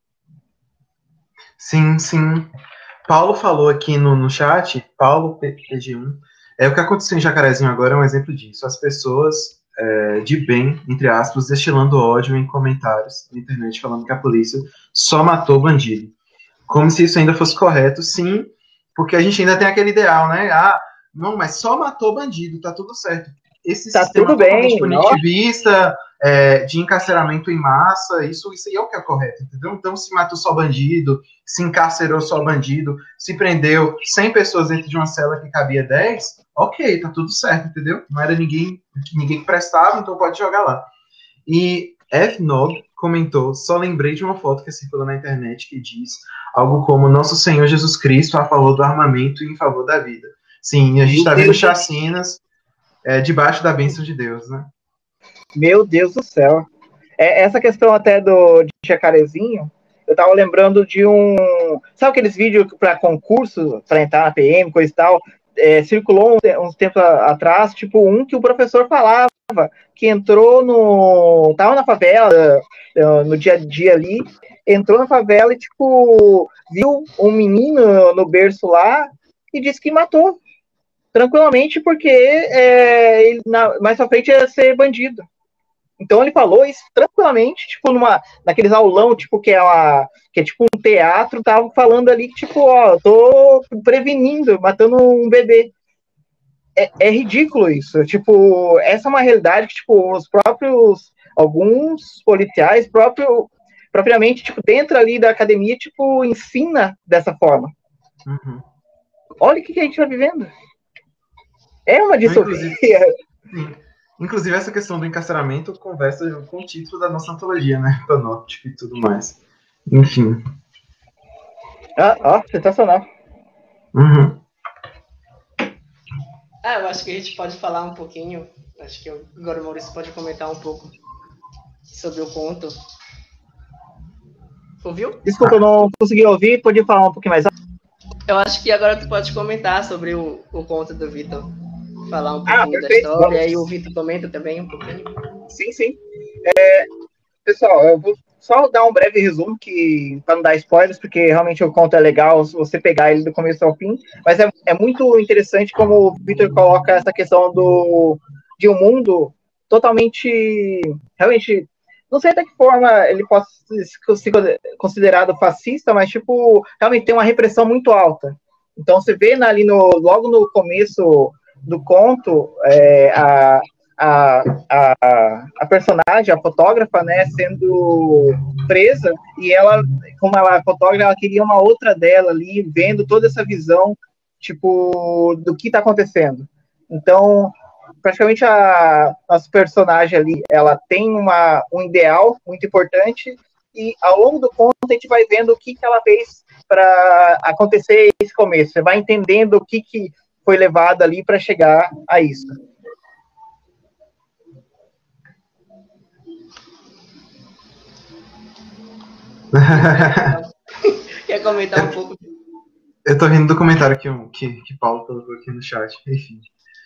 Sim, sim. Paulo falou aqui no, no chat, Paulo P G um, é, o que aconteceu em Jacarezinho agora é um exemplo disso. As pessoas é, de bem, entre aspas, destilando ódio em comentários na internet, falando que a polícia só matou bandido. Como se isso ainda fosse correto, sim, porque a gente ainda tem aquele ideal, né? Ah, não, mas só matou bandido, tá tudo certo. Esse tá sistema tudo totalmente bem, punitivista, é, de encarceramento em massa, isso, isso aí é o que é correto, entendeu? Então, se matou só bandido, se encarcerou só bandido, se prendeu cem pessoas dentro de uma cela que cabia dez, ok, tá tudo certo, entendeu? Não era ninguém, ninguém que prestava, então pode jogar lá. E F. Nog comentou, só lembrei de uma foto que circula na internet que diz algo como Nosso Senhor Jesus Cristo a favor do armamento e em favor da vida. Sim, a gente está vendo chacinas é, debaixo da bênção de Deus, né? Meu Deus do céu. É, essa questão até do de Jacarezinho, eu tava lembrando de um... Sabe aqueles vídeos para concurso, para entrar na P M, coisa e tal? É, circulou uns um tempos atrás, tipo, um que o professor falava que entrou no... Tava na favela, no dia a dia ali, entrou na favela e, tipo, viu um menino no berço lá e disse que matou. Tranquilamente, porque é, ele, na, mais pra frente ia ser bandido. Então ele falou isso tranquilamente, tipo, numa, naqueles aulão, tipo, que é, uma, que é tipo um teatro, tava falando ali que, tipo, ó, eu tô prevenindo, matando um bebê. É, é ridículo isso. Tipo, essa é uma realidade que, tipo, os próprios, alguns policiais, próprio, propriamente, tipo, dentro ali da academia, tipo, ensina dessa forma. Uhum. Olha o que, que a gente tá vivendo. É uma distopia. Inclusive, inclusive, essa questão do encarceramento conversa com o título da nossa antologia, né? Panóptico e tudo mais. Enfim. Ah, ó, sensacional. Uhum. Ah, eu acho que a gente pode falar um pouquinho. Acho que agora o Maurício pode comentar um pouco sobre o conto. Ouviu? Desculpa, eu não consegui ouvir. Pode falar um pouquinho mais alto? Eu acho que agora tu pode comentar sobre o, o conto do Vitor. Falar um pouquinho ah, da história, e aí o Vitor comenta também um pouquinho. Sim, sim. É, pessoal, eu vou só dar um breve resumo, que para não dar spoilers, porque realmente o conto é legal se você pegar ele do começo ao fim, mas é, é muito interessante como o Vitor coloca essa questão do, de um mundo totalmente, realmente, não sei até que forma ele pode ser considerado fascista, mas, tipo, realmente tem uma repressão muito alta. Então, você vê ali no, logo no começo do conto, é, a, a, a, a personagem, a fotógrafa, né, sendo presa, e ela, como ela é fotógrafa, ela queria uma outra dela ali, vendo toda essa visão, tipo, do que está acontecendo. Então, praticamente a nossa personagem ali, ela tem uma, um ideal muito importante, e ao longo do conto a gente vai vendo o que, que ela fez para acontecer esse começo. Você vai entendendo o que, que foi levado ali para chegar a isso. Quer comentar um pouco? Eu tô rindo do comentário que, que, que Paulo colocou aqui no chat. Enfim.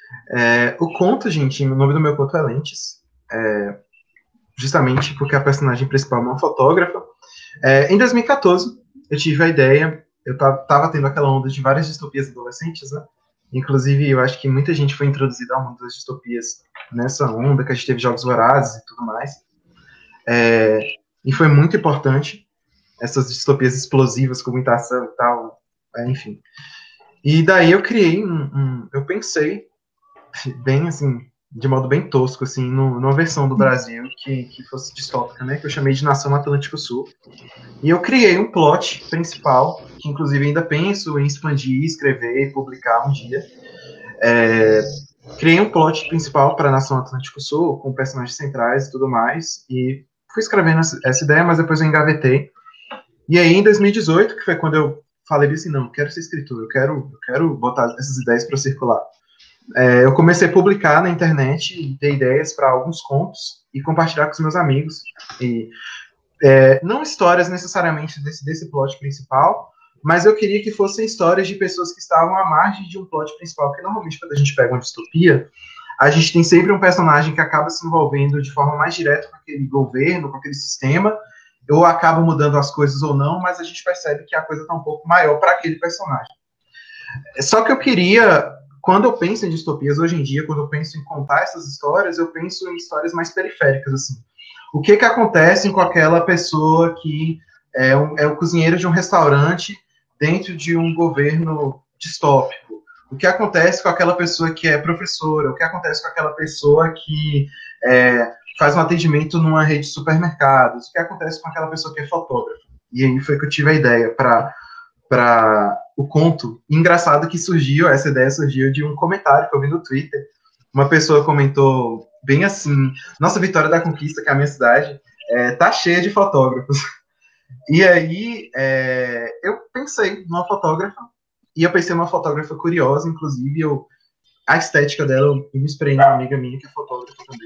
É, o conto, gente, o nome do meu conto é Lentes. É, justamente porque a personagem principal é uma fotógrafa. É, em dois mil e quatorze, eu tive a ideia, eu tava tendo aquela onda de várias distopias adolescentes, né? Inclusive, eu acho que muita gente foi introduzida ao mundo das distopias nessa onda, que a gente teve Jogos Vorazes e tudo mais. É, e foi muito importante, essas distopias explosivas com muita ação e tal, é, enfim. E daí eu criei um, um, eu pensei, bem assim, de modo bem tosco, assim, no, numa versão do Brasil que, que fosse distópica, né, que eu chamei de Nação Atlântico Sul. E eu criei um plot principal, que inclusive ainda penso em expandir, escrever e publicar um dia. É, criei um plot principal para a Nação Atlântico Sul, com personagens centrais e tudo mais, e fui escrevendo essa, essa ideia, mas depois eu engavetei. E aí, em dois mil e dezoito, que foi quando eu falei assim, não, eu quero ser escritor, eu quero, eu quero botar essas ideias para circular. É, eu comecei a publicar na internet e ter ideias para alguns contos e compartilhar com os meus amigos. E, é, não histórias necessariamente desse, desse plot principal, mas eu queria que fossem histórias de pessoas que estavam à margem de um plot principal, porque normalmente quando a gente pega uma distopia, a gente tem sempre um personagem que acaba se envolvendo de forma mais direta com aquele governo, com aquele sistema, ou acaba mudando as coisas ou não, mas a gente percebe que a coisa está um pouco maior para aquele personagem. Só que eu queria, quando eu penso em distopias hoje em dia, quando eu penso em contar essas histórias, eu penso em histórias mais periféricas, assim. O que que acontece com aquela pessoa que é, um, é o cozinheiro de um restaurante dentro de um governo distópico? O que acontece com aquela pessoa que é professora? O que acontece com aquela pessoa que é, faz um atendimento numa rede de supermercados? O que acontece com aquela pessoa que é fotógrafa? E aí foi que eu tive a ideia para para o conto. Engraçado que surgiu, essa ideia surgiu de um comentário que eu vi no Twitter. Uma pessoa comentou bem assim, nossa, Vitória da Conquista, que é a minha cidade, é, tá cheia de fotógrafos. E aí é, eu pensei numa fotógrafa, e eu pensei numa fotógrafa curiosa, inclusive eu, a estética dela, eu me inspirei numa amiga minha que é fotógrafa também.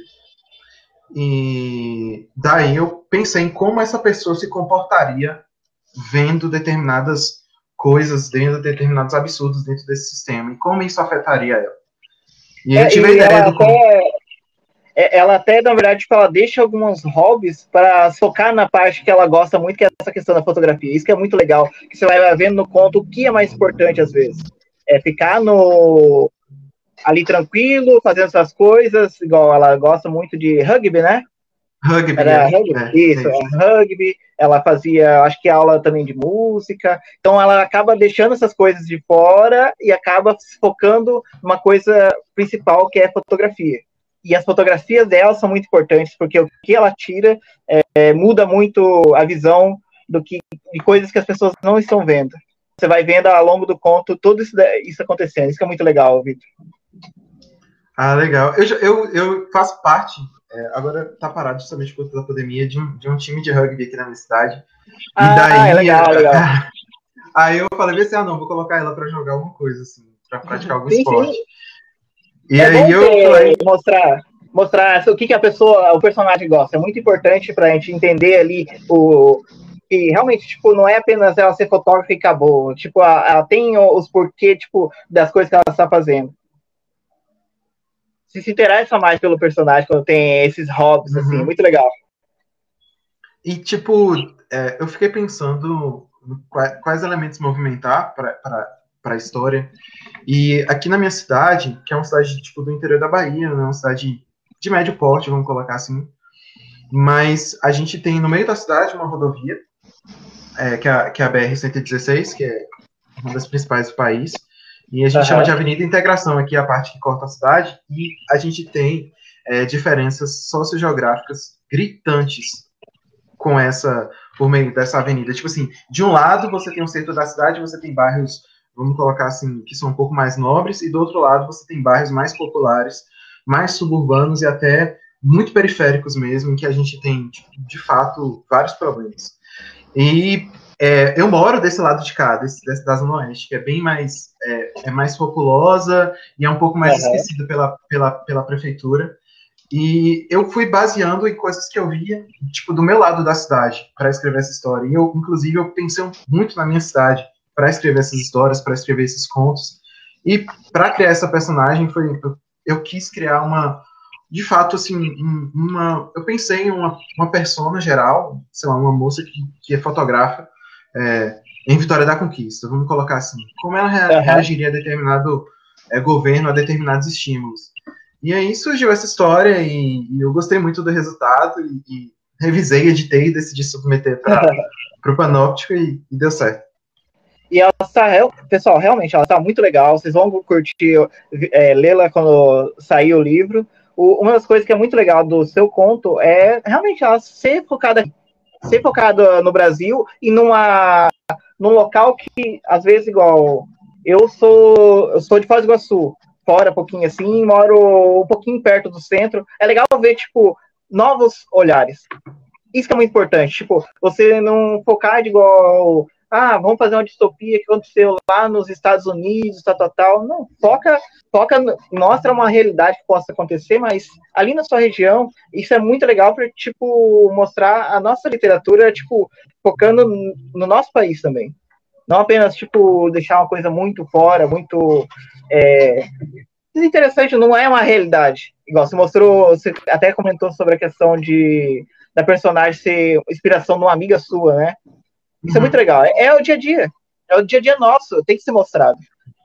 E daí eu pensei em como essa pessoa se comportaria vendo determinadas coisas, vendo determinados absurdos dentro desse sistema, e como isso afetaria ela. E eu tive é, a ideia do... Até, ela até, na verdade, tipo, ela deixa alguns hobbies para focar na parte que ela gosta muito, que é essa questão da fotografia. Isso que é muito legal, que você vai vendo no conto o que é mais importante às vezes. É ficar no ali tranquilo, fazendo essas coisas, igual ela gosta muito de rugby, né? Rugby, Era é, rugby? É, isso, é, é rugby. Ela fazia, acho que aula também de música. Então ela acaba deixando essas coisas de fora e acaba se focando numa coisa principal, que é fotografia. E as fotografias dela são muito importantes, porque o que ela tira é, muda muito a visão do que, de coisas que as pessoas não estão vendo. Você vai vendo ao longo do conto tudo isso, isso acontecendo. Isso que é muito legal, Vitor. Ah, legal. Eu, eu, eu faço parte, é, agora tá parado justamente por conta da pandemia, de um, de um time de rugby aqui na minha cidade. Ah, e daí, é legal, legal. Aí eu falei assim, ah, não, vou colocar ela pra jogar alguma coisa, assim, pra praticar algum sim, esporte. Sim. E é aí bom eu falei... mostrar, mostrar o que, que a pessoa, o personagem gosta. É muito importante pra gente entender ali o... que realmente, tipo, não é apenas ela ser fotógrafa e acabou. Tipo, ela, ela tem os porquê, tipo, das coisas que ela está fazendo. Se se interessa mais pelo personagem quando tem esses hobbies, uhum. assim, é muito legal. E, tipo, é, eu fiquei pensando quais, quais elementos movimentar para a história. E aqui na minha cidade, que é uma cidade, tipo, do interior da Bahia, né, uma cidade de médio porte, vamos colocar assim, mas a gente tem no meio da cidade uma rodovia, é, que, é, que é a B R cento e dezesseis, que é uma das principais do país, e a gente uhum. chama de Avenida Integração aqui, a parte que corta a cidade, e a gente tem é, diferenças sociogeográficas gritantes com essa, por meio dessa avenida. Tipo assim, de um lado você tem o centro da cidade, você tem bairros, vamos colocar assim, que são um pouco mais nobres, e do outro lado você tem bairros mais populares, mais suburbanos e até muito periféricos mesmo, em que a gente tem, de fato, vários problemas. E é, eu moro desse lado de cá, desse, desse, da Zona Oeste, que é bem mais, é, é mais populosa e é um pouco mais uhum. esquecida pela, pela, pela prefeitura. E eu fui baseando em coisas que eu via, tipo, do meu lado da cidade, para escrever essa história. E eu, inclusive, eu pensei muito na minha cidade para escrever essas histórias, para escrever esses contos. E para criar essa personagem, foi, eu, eu quis criar uma, de fato, assim, um, uma, eu pensei em uma, uma persona geral, sei lá, uma moça que, que é fotógrafa, é, em Vitória da Conquista, vamos colocar assim, como ela rea- Aham. reagiria a determinado é, governo, a determinados estímulos. E aí surgiu essa história e, e eu gostei muito do resultado e, e revisei, editei e decidi submeter para o Panóptico e, e deu certo. E ela está, real- pessoal, realmente, ela está muito legal. Vocês vão curtir é, lê-la quando sair o livro. O- uma das coisas que é muito legal do seu conto é realmente ela ser focada, ser focada no Brasil e numa, num local que, às vezes, igual eu sou, eu sou de Foz do Iguaçu, fora um pouquinho assim, moro um pouquinho perto do centro. É legal ver, tipo, novos olhares. Isso que é muito importante, tipo, você não focar de igual, ah, vamos fazer uma distopia que aconteceu lá nos Estados Unidos, tal, tal, tal. Não, foca, foca, mostra uma realidade que possa acontecer, mas ali na sua região, isso é muito legal para, tipo, mostrar a nossa literatura, tipo, focando no nosso país também. Não apenas, tipo, deixar uma coisa muito fora, muito é, interessante, não é uma realidade. Igual você mostrou, você até comentou sobre a questão de da personagem ser inspiração de uma amiga sua, né? Isso Uhum. é muito legal. É, é o dia a dia. É o dia a dia nosso, tem que ser mostrado.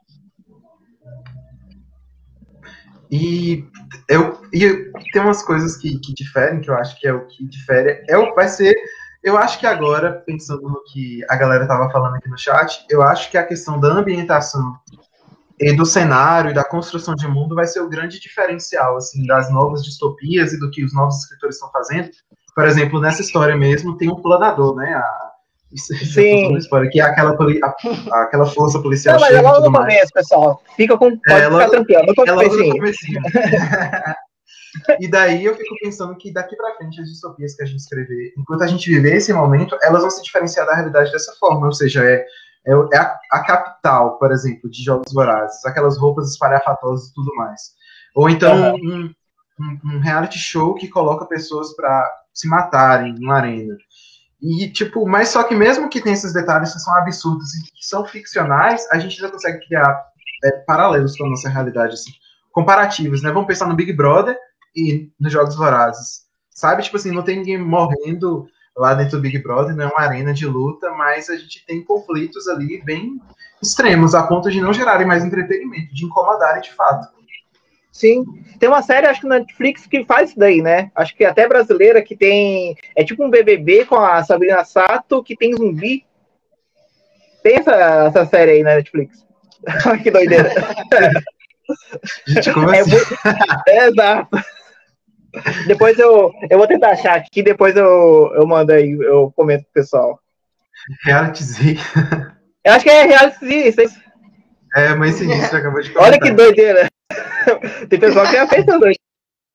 E eu e tem umas coisas que, que diferem, que eu acho que é o que difere. É o, vai ser. Eu acho que agora, pensando no que a galera estava falando aqui no chat, eu acho que a questão da ambientação e do cenário e da construção de mundo vai ser o grande diferencial, assim, das novas distopias e do que os novos escritores estão fazendo. Por exemplo, nessa história mesmo tem um planador, né? A, isso já tô dando Sim. spoiler, que é aquela, poli, a, aquela força policial Não, mas é chega e logo tudo no mais. começo, pessoal. Fica com, pode É ficar logo, tranquilo, no é logo no comecinho. comecinho. E daí eu fico pensando que daqui pra frente as distopias que a gente escrever, enquanto a gente viver esse momento, elas vão se diferenciar da realidade dessa forma, ou seja, é, é, é a, a capital, por exemplo, de Jogos Vorazes, aquelas roupas espalhafatosas e tudo mais. Ou então Uhum. um, um, um reality show que coloca pessoas para se matarem numa arena. E, tipo, mas só que mesmo que tenha esses detalhes que são absurdos e que são ficcionais, a gente já consegue criar é, paralelos com a nossa realidade, assim, comparativos, né? Vamos pensar no Big Brother e nos Jogos Vorazes. Sabe? Tipo assim, não tem ninguém morrendo lá dentro do Big Brother, não é uma arena de luta, mas a gente tem conflitos ali bem extremos, a ponto de não gerarem mais entretenimento, de incomodarem de fato. Sim. Tem uma série, acho que na Netflix, que faz isso daí, né? Acho que até brasileira, que tem. É tipo um B B B com a Sabrina Sato, que tem zumbi. Tem essa, essa série aí na Netflix. Que doideira. Gente, como É, assim? é, exato. Depois eu, eu vou tentar achar aqui, depois eu, eu mando aí, eu comento pro pessoal. Reality Z. Eu acho que é reality isso. É, Mãe Sinistra acabou de Olha comentar. que doideira. Tem pessoal que já fez essa doideira.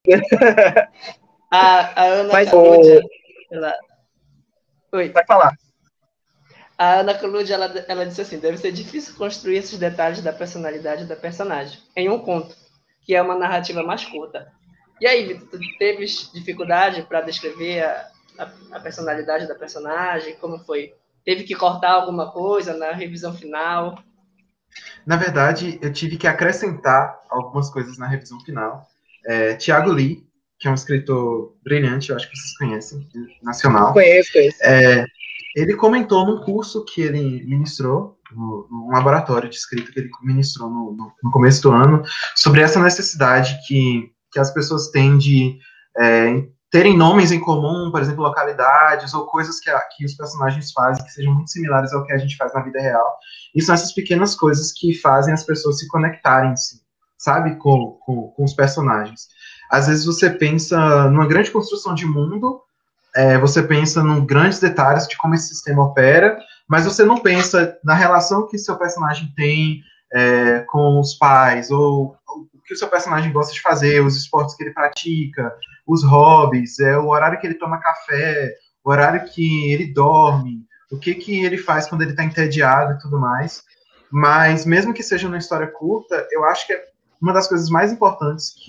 A, a Ana Mas, Caludia, o... ela... Oi. Vai falar. A Ana Caludia, ela, ela disse assim, deve ser difícil construir esses detalhes da personalidade da personagem em um conto, que é uma narrativa mais curta. E aí, Vitor, tu teve dificuldade para descrever a, a, a personalidade da personagem? Como foi? Teve que cortar alguma coisa na revisão final? Na verdade, eu tive que acrescentar algumas coisas na revisão final. É, Tiago Lee, que é um escritor brilhante, eu acho que vocês conhecem, nacional. Conheço, conheço. É, ele comentou num curso que ele ministrou, no, num laboratório de escrita que ele ministrou no, no, no começo do ano, sobre essa necessidade que, que as pessoas têm de é, terem nomes em comum, por exemplo, localidades ou coisas que, a, que os personagens fazem que sejam muito similares ao que a gente faz na vida real. E são essas pequenas coisas que fazem as pessoas se conectarem, assim, sabe, com, com, com os personagens. Às vezes você pensa numa grande construção de mundo, é, você pensa em grandes detalhes de como esse sistema opera, mas você não pensa na relação que seu personagem tem é, com os pais, ou o que o seu personagem gosta de fazer, os esportes que ele pratica, os hobbies, é, o horário que ele toma café, o horário que ele dorme, o que, que ele faz quando ele está entediado e tudo mais. Mas mesmo que seja uma história curta, eu acho que é uma das coisas mais importantes que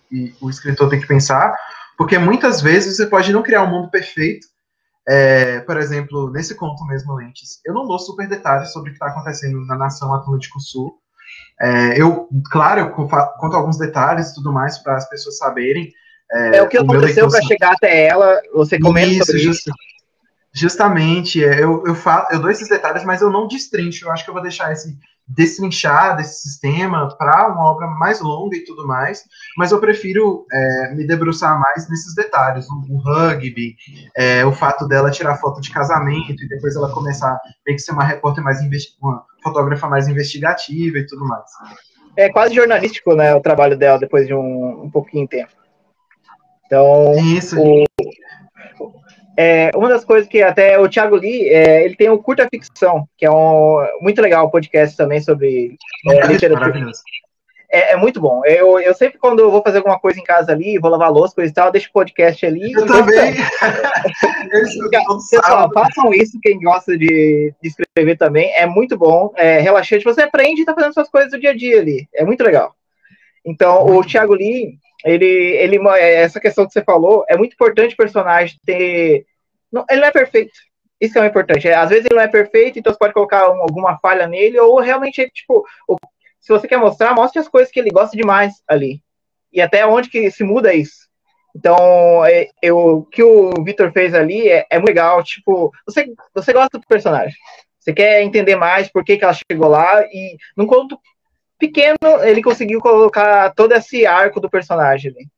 e o escritor tem que pensar, porque muitas vezes você pode não criar um mundo perfeito. É, por exemplo, nesse conto mesmo, Lentes, eu não dou super detalhes sobre o que está acontecendo na nação Atlântico Sul. É, eu, claro, eu conto alguns detalhes e tudo mais para as pessoas saberem. É, é o que o aconteceu para chegar até ela, você comenta isso, sobre just, isso. Justamente, é, eu, eu, falo, eu dou esses detalhes, mas eu não destrincho. Eu acho que eu vou deixar esse destrinchar desse sistema para uma obra mais longa e tudo mais, mas eu prefiro é, me debruçar mais nesses detalhes, o, o rugby, é, o fato dela tirar foto de casamento e depois ela começar a meio que ser uma repórter mais uma fotógrafa mais investigativa e tudo mais. É quase jornalístico, né, o trabalho dela depois de um, um pouquinho de tempo. Então, Isso, o, é, uma das coisas que até o Thiago Lee, é, ele tem o Curta Ficção, que é um muito legal, um podcast também sobre é, literatura. Maravilhoso. É, é muito bom. Eu, eu sempre, quando eu vou fazer alguma coisa em casa ali, vou lavar louça, coisa e tal, eu deixo o podcast ali. Eu também. Pessoal, façam isso, quem gosta de, de escrever também. É muito bom, é relaxante. Você aprende e tá fazendo suas coisas do dia a dia ali. É muito legal. Então, muito o Thiago Lee, ele, ele, essa questão que você falou, é muito importante o personagem ter... Não, ele não é perfeito. Isso que é o importante. Às vezes ele não é perfeito, então você pode colocar um, alguma falha nele, ou realmente, tipo... Se você quer mostrar, mostre as coisas que ele gosta demais ali. E até onde que se muda isso. Então, é, eu, o que o Victor fez ali é, é muito legal. Tipo, você, você gosta do personagem. Você quer entender mais por que, que ela chegou lá. E num conto pequeno, ele conseguiu colocar todo esse arco do personagem ali.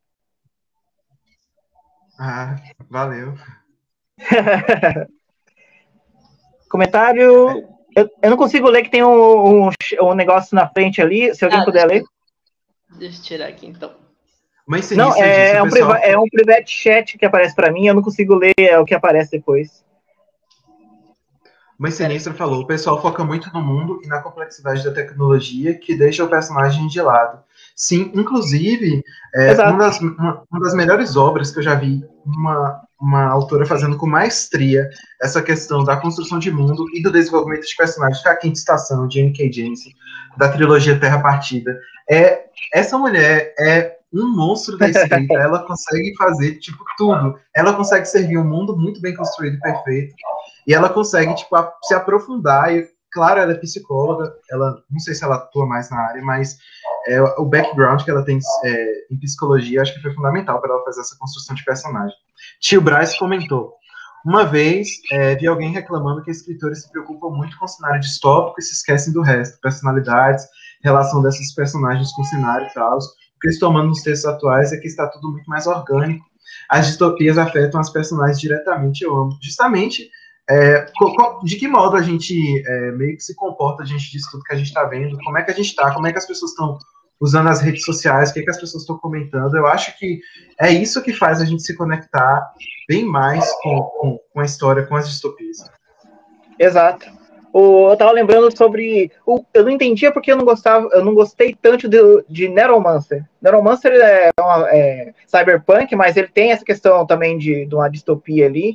Ah, valeu. Comentário... Eu, eu não consigo ler que tem um, um, um negócio na frente ali, se alguém ah, puder deixa, ler. Deixa eu tirar aqui, então. Mas não, é, disso, é, um pessoal... é um private chat que aparece para mim, eu não consigo ler o que aparece depois. Mãe Sinistra falou, o pessoal foca muito no mundo e na complexidade da tecnologia que deixa o personagem de lado. Sim, inclusive, é, uma, das, uma, uma das melhores obras que eu já vi uma, uma autora fazendo com maestria essa questão da construção de mundo e do desenvolvimento de personagens, que é a Quinta Estação, de N K Jemisin, da trilogia Terra Partida. É, essa mulher é um monstro da escrita, ela consegue fazer, tipo, tudo. Ela consegue servir um mundo muito bem construído e perfeito, e ela consegue, tipo, a, se aprofundar, e, claro, ela é psicóloga, ela, não sei se ela atua mais na área, mas é, o background que ela tem é, em psicologia, acho que foi fundamental para ela fazer essa construção de personagem. Tio Bryce comentou, uma vez, é, vi alguém reclamando que escritores se preocupam muito com o cenário distópico e se esquecem do resto, personalidades, relação desses personagens com o cenário e tal. O que eles tomando nos textos atuais é que está tudo muito mais orgânico. As distopias afetam as personagens diretamente, eu amo. Justamente, é, de que modo a gente é, meio que se comporta diante disso tudo que a gente está vendo, como é que a gente está, como é que as pessoas estão usando as redes sociais, o que, é que as pessoas estão comentando. Eu acho que é isso que faz a gente se conectar bem mais com, com, com a história, com as distopias. Exato. O, eu tava lembrando sobre... O, eu não entendia porque eu não gostava, eu não gostei tanto de, de Neuromancer. Neuromancer é, uma, é cyberpunk, mas ele tem essa questão também de, de uma distopia ali.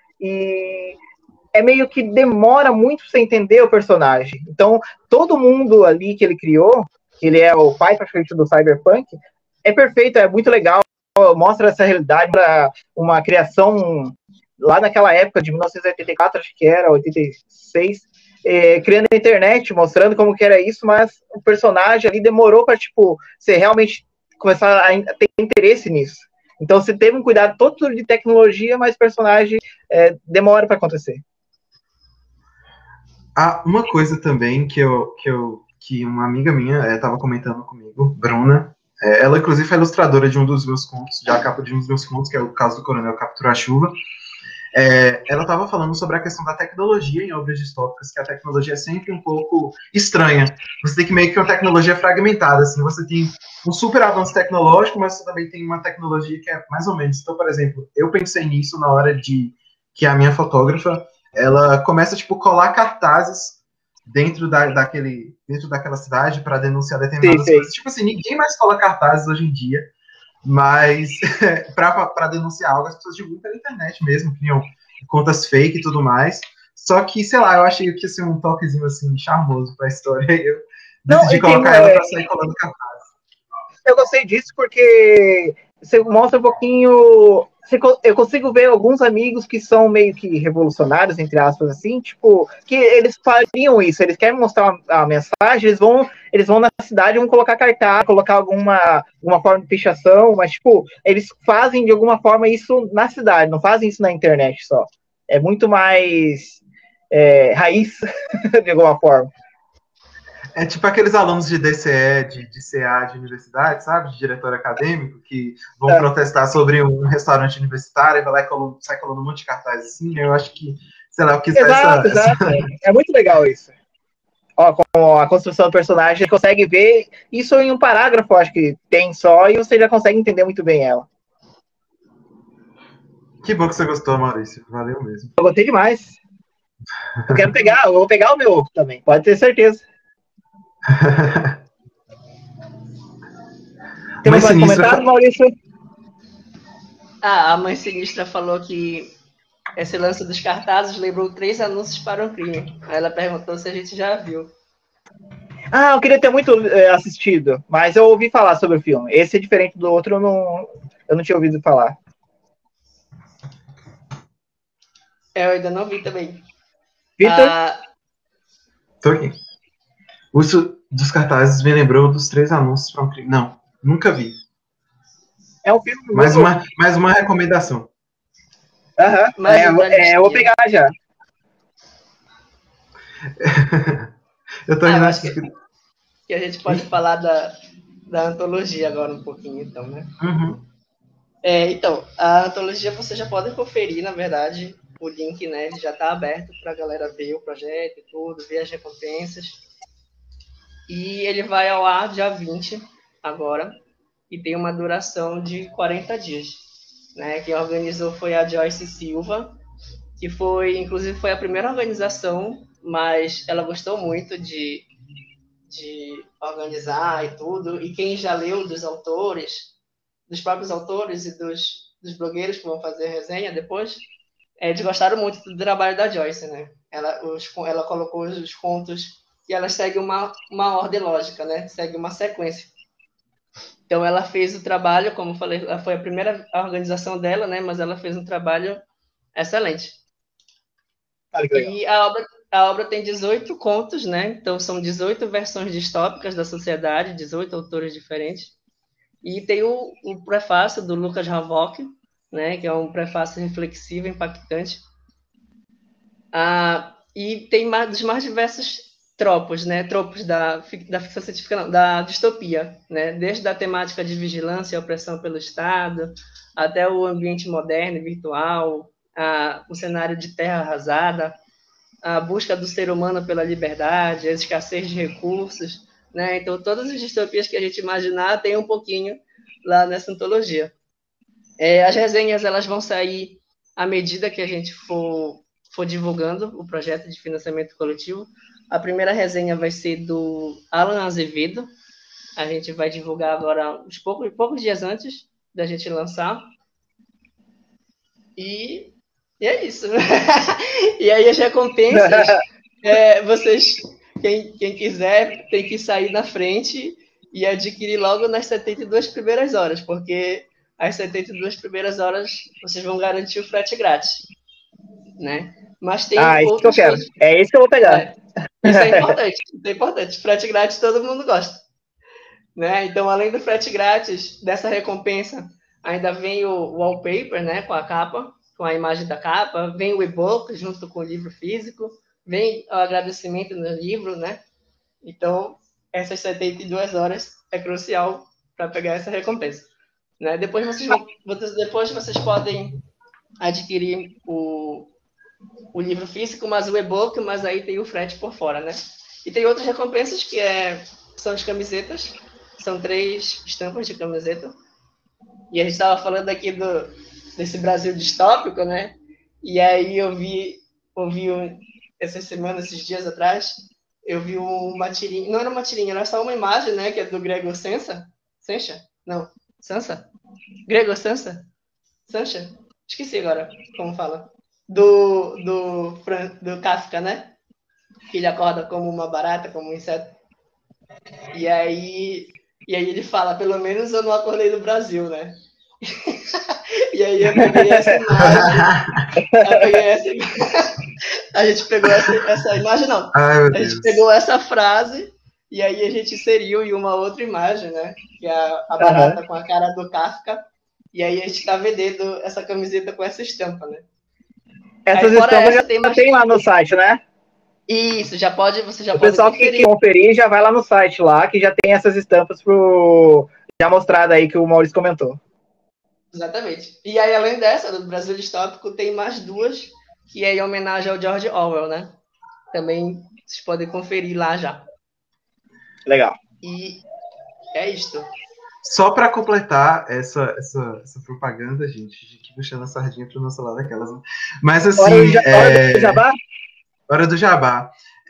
E é meio que demora muito pra você entender o personagem. Então, todo mundo ali que ele criou, que ele é o pai praticamente do cyberpunk, é perfeito, é muito legal, mostra essa realidade para uma criação lá naquela época de mil novecentos e oitenta e quatro, acho que era, oitenta e seis, é, criando a internet, mostrando como que era isso, mas o personagem ali demorou para, tipo, você realmente começar a ter interesse nisso. Então você teve um cuidado todo de tecnologia, mas o personagem é, demora para acontecer. Ah, uma coisa também que eu, que eu que uma amiga minha estava é, comentando comigo, Bruna, é, ela inclusive foi ilustradora de um dos meus contos, já a capa de um dos meus contos, que é o caso do Coronel Captura a Chuva. É, ela estava falando sobre a questão da tecnologia em obras distópicas, que a tecnologia é sempre um pouco estranha. Você tem que meio que uma tecnologia fragmentada, assim, você tem um super avanço tecnológico, mas você também tem uma tecnologia que é mais ou menos. Então, por exemplo, eu pensei nisso na hora de que a minha fotógrafa, ela começa, tipo, colar cartazes dentro, da, daquele, dentro daquela cidade para denunciar determinadas sim, sim. coisas. Tipo assim, ninguém mais cola cartazes hoje em dia, mas para denunciar algo, as pessoas divulgam pela internet mesmo, criam contas fake e tudo mais. Só que, sei lá, eu achei que ia ser um toquezinho assim, charmoso para a história. Eu Não, decidi colocar tem, ela é... para sair colando cartazes. eu gostei disso porque você mostra um pouquinho. você co- Eu consigo ver alguns amigos que são meio que revolucionários, entre aspas, assim, tipo, que eles fariam isso, eles querem mostrar uma- a mensagem, eles vão, eles vão na cidade, vão colocar cartaz, colocar alguma, alguma forma de pichação, mas, tipo, eles fazem de alguma forma isso na cidade, não fazem isso na internet só. É muito mais é, raiz, de alguma forma. É tipo aqueles alunos de D C E, de, de C A de universidade, sabe? De diretor acadêmico, que vão É. protestar sobre um restaurante universitário e vai lá e colando, sai colando um monte de cartaz assim. Eu acho que, sei lá, eu quis dar essa, Exato, essa... exato. É muito legal isso. Ó, com a construção do personagem, você consegue ver isso em um parágrafo, acho que tem só, e você já consegue entender muito bem ela. Que bom que você gostou, Maurício. Valeu mesmo. Eu gostei demais. Eu quero pegar, eu vou pegar o meu também, pode ter certeza. Mãe Temos mais Sinistra. comentários, Maurício? Ah, a Mãe Sinistra falou que esse lance dos cartazes lembrou três anúncios para um crime. Aí ela perguntou se a gente já viu. Ah, eu queria ter muito é, assistido, mas eu ouvi falar sobre o filme. Esse é diferente do outro, eu não, eu não tinha ouvido falar. Eu ainda não vi também. Victor? Ah, Tô aqui. O uso dos cartazes me lembrou dos três anúncios para um crime. Não, nunca vi. É um filme Mais muito. uma, mais uma recomendação. Aham, mais é, um da é, eu vou listinha. pegar já. Eu tô Ah, indo eu acho nessas. que, que a gente pode falar da, da antologia agora um pouquinho, então, né? Uhum. É, então, a antologia você já pode conferir, na verdade, o link, né? Ele já está aberto para a galera ver o projeto e tudo, ver as recompensas. E ele vai ao ar dia vinte agora e tem uma duração de quarenta dias. Né? Quem organizou foi a Joyce Silva, que foi, inclusive, foi a primeira organização, mas ela gostou muito de, de organizar e tudo. E quem já leu dos autores, dos próprios autores e dos, dos blogueiros que vão fazer resenha depois, é, eles gostaram muito do trabalho da Joyce, né? Ela, os, ela colocou os contos e ela segue uma, uma ordem lógica, né? Segue uma sequência. Então ela fez o trabalho, como eu falei, ela foi a primeira organização dela, né? Mas ela fez um trabalho excelente. Olha que legal. E a obra, a obra tem dezoito contos, né? Então são dezoito versões distópicas da sociedade, dezoito autores diferentes. E tem o, o prefácio do Lucas Havok, né? Que é um prefácio reflexivo, impactante. Ah, e tem mais, dos mais diversos tropos, né? Tropos da, da ficção científica, não, da distopia, né? Desde a temática de vigilância e opressão pelo Estado, até o ambiente moderno e virtual, a, o cenário de terra arrasada, a busca do ser humano pela liberdade, a escassez de recursos, né? Então, todas as distopias que a gente imaginar tem um pouquinho lá nessa antologia. É, as resenhas elas vão sair à medida que a gente for, for divulgando o projeto de financiamento coletivo. A primeira resenha vai ser do Alan Azevedo. A gente vai divulgar agora uns poucos, poucos dias antes da gente lançar. E, e é isso. E aí as recompensas, é, vocês, quem, quem quiser, tem que sair na frente e adquirir logo nas setenta e duas primeiras horas, porque as setenta e duas primeiras horas vocês vão garantir o frete grátis, né? Mas tem Ah, isso que eu outras quero. coisas. É isso que eu vou pegar. É, isso é importante, isso é importante. Frete grátis todo mundo gosta, né? Então, além do frete grátis, dessa recompensa, ainda vem o wallpaper, né? Com a capa, com a imagem da capa, vem o e-book junto com o livro físico, vem o agradecimento no livro, né? Então, essas setenta e duas horas é crucial para pegar essa recompensa. Né? Depois, vocês vão, depois vocês podem adquirir o, o livro físico, mas o e-book, mas aí tem o frete por fora, né? E tem outras recompensas que é, são as camisetas, são três estampas de camiseta. E a gente estava falando aqui do, desse Brasil distópico, né? E aí eu vi, eu vi essas semanas, esses dias atrás, eu vi uma tirinha, não era uma tirinha, era só uma imagem, né? Que é do Gregor Samsa. Sancha? Não, Sansa? Gregor Samsa? Sancha? Esqueci agora como fala. Do, do, do Kafka, né? Que ele acorda como uma barata, como um inseto. E aí E aí ele fala, pelo menos eu não acordei no Brasil, né? E aí eu peguei essa imagem, eu peguei essa a gente pegou essa, essa imagem, não, Ai, meu a Deus. gente pegou essa frase e aí a gente inseriu em uma outra imagem, né? Que é a, a barata uhum. com a cara do Kafka, e aí a gente tá vendendo essa camiseta com essa estampa, né? Essas aí, estampas essa, já tem, mais... tem lá no site, né? Isso, já pode, você já o pode pessoal conferir. Que conferir já vai lá no site lá, que já tem essas estampas pro... já mostrada aí que o Maurício comentou. Exatamente. E aí, além dessa, do Brasil Distópico, tem mais duas, que é em homenagem ao George Orwell, né? Também vocês podem conferir lá já. Legal. E é isto. Só para completar essa, essa, essa propaganda, gente, que puxando a sardinha para o nosso lado daquelas. Mas assim. Hora do, é... hora do jabá? Hora do jabá.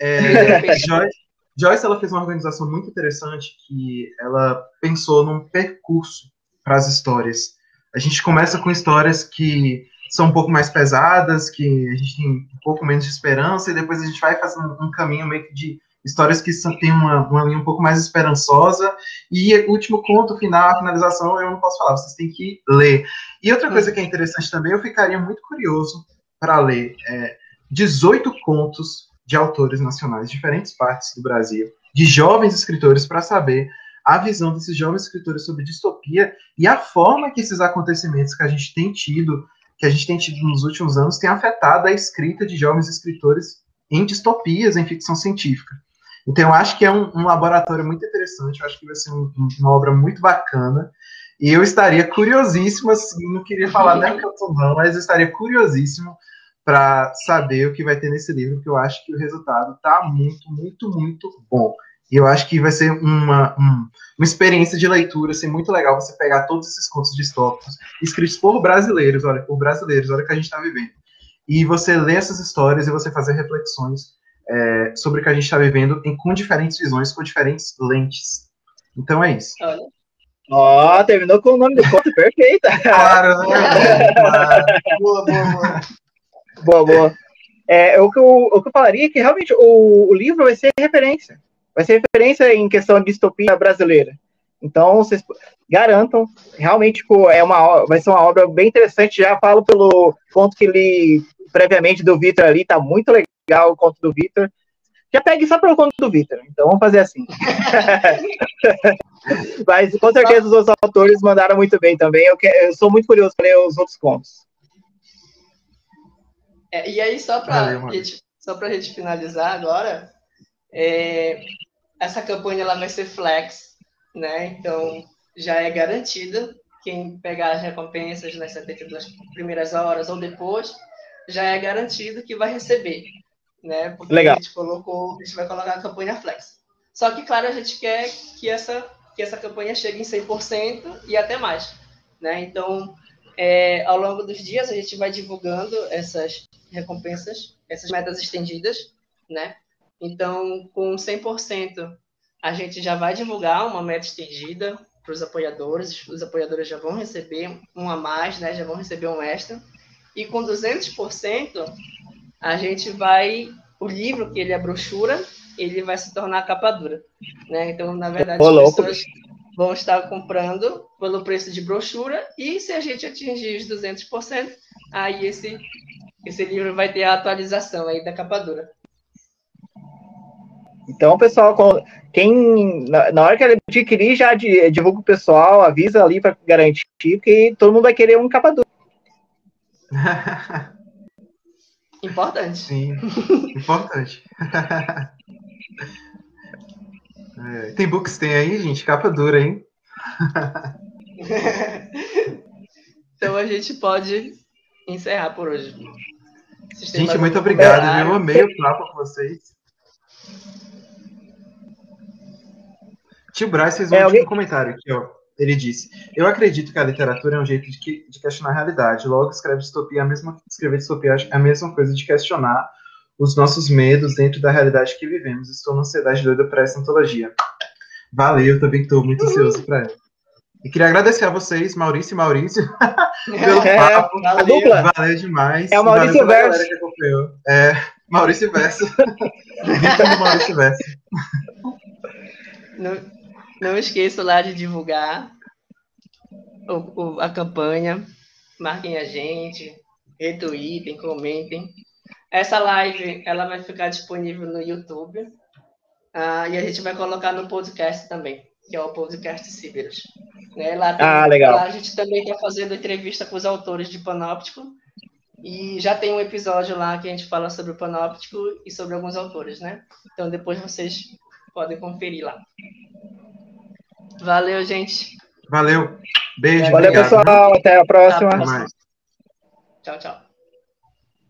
É... Joyce, Joyce ela fez uma organização muito interessante que ela pensou num percurso para as histórias. A gente começa com histórias que são um pouco mais pesadas, que a gente tem um pouco menos de esperança, e depois a gente vai fazendo um caminho meio que de histórias que têm uma, uma linha um pouco mais esperançosa, e o último conto, final, a finalização, eu não posso falar, vocês têm que ler. E outra coisa que é interessante também, eu ficaria muito curioso para ler é, dezoito contos de autores nacionais, de diferentes partes do Brasil, de jovens escritores, para saber a visão desses jovens escritores sobre distopia e a forma que esses acontecimentos que a gente tem tido, que a gente tem tido nos últimos anos, tem afetado a escrita de jovens escritores em distopias, em ficção científica. Então, eu acho que é um, um laboratório muito interessante, eu acho que vai ser um, uma obra muito bacana, e eu estaria curiosíssimo, assim, não queria falar nem que eu tô não, mas eu estaria curiosíssimo para saber o que vai ter nesse livro, porque eu acho que o resultado está muito, muito, muito bom. E eu acho que vai ser uma, um, uma experiência de leitura assim, muito legal você pegar todos esses contos distópicos escritos por brasileiros, olha, por brasileiros, olha o que a gente está vivendo. E você ler essas histórias e você fazer reflexões é, sobre o que a gente está vivendo em, com diferentes visões, com diferentes lentes. Então é isso. Ó, oh, terminou com o nome do conto, perfeita. Claro, né? Claro. Boa, boa, boa. Boa, boa. É, o, que eu, o que eu falaria é que realmente o, o livro vai ser referência. Vai ser referência em questão de distopia brasileira. Então, vocês garantam, realmente, tipo, é uma, vai ser uma obra bem interessante. Já falo pelo conto que li previamente do Vitor ali, tá muito legal o conto do Vitor. Já pegue só pelo conto do Vitor. Então, vamos fazer assim. Mas, com certeza, os outros autores mandaram muito bem também. Eu, que, eu sou muito curioso para ler os outros contos. É, e aí, só para gente, só pra gente finalizar agora, é, essa campanha ela vai ser flex, né? Então, já é garantida. Quem pegar as recompensas nas setenta e duas primeiras horas ou depois, já é garantido que vai receber, né? Porque Legal. a gente colocou, a gente vai colocar a campanha flex. Só que, claro, a gente quer que essa, que essa campanha chegue em cem por cento e até mais, né? Então, é, ao longo dos dias, a gente vai divulgando essas recompensas, essas metas estendidas, né? Então, com cem por cento, a gente já vai divulgar uma meta estendida para os apoiadores. Os apoiadores já vão receber um a mais, né? Já vão receber um extra. E com duzentos por cento, a gente vai... O livro, que ele é brochura, ele vai se tornar capa dura, né? Então, na verdade, Ô, as louco. pessoas vão estar comprando pelo preço de brochura, e se a gente atingir os duzentos por cento, aí esse, esse livro vai ter a atualização aí da capa dura. Então, pessoal, quem na hora que ele adquirir, já divulga o pessoal, avisa ali para garantir, porque todo mundo vai querer um capa dura. Importante. Sim, importante. É, tem books, tem aí, gente? Capa dura, hein? Então a gente pode encerrar por hoje. Gente, muito obrigado. Eu amei o papo com vocês. Tio Braz fez um é, último alguém... comentário aqui, ó. Ele disse: eu acredito que a literatura é um jeito de, que, de questionar a realidade. Logo, escrever distopia, a mesma, escrever distopia é a mesma coisa de questionar os nossos medos dentro da realidade que vivemos. Estou na ansiedade doida para essa antologia. Valeu, também estou muito ansioso para ela. E queria agradecer a vocês, Maurício e Maurício, pelo é, papo. Valeu, valeu demais. É o Maurício Verso. É, Maurício Verso. Vítor do Maurício Verso. No... Não esqueça lá de divulgar o, o, a campanha. Marquem a gente, retweetem, comentem. Essa live ela vai ficar disponível no YouTube. Uh, e a gente vai colocar no podcast também, que é o podcast Síberos. Né? Lá, tem, ah, legal. Lá a gente também está fazendo entrevista com os autores de Panóptico. E já tem um episódio lá que a gente fala sobre o Panóptico e sobre alguns autores, né? Então depois vocês podem conferir lá. Valeu, gente. Valeu. Beijo. Valeu, obrigado, pessoal. Viu? Até a próxima. Até a próxima. Tchau, tchau.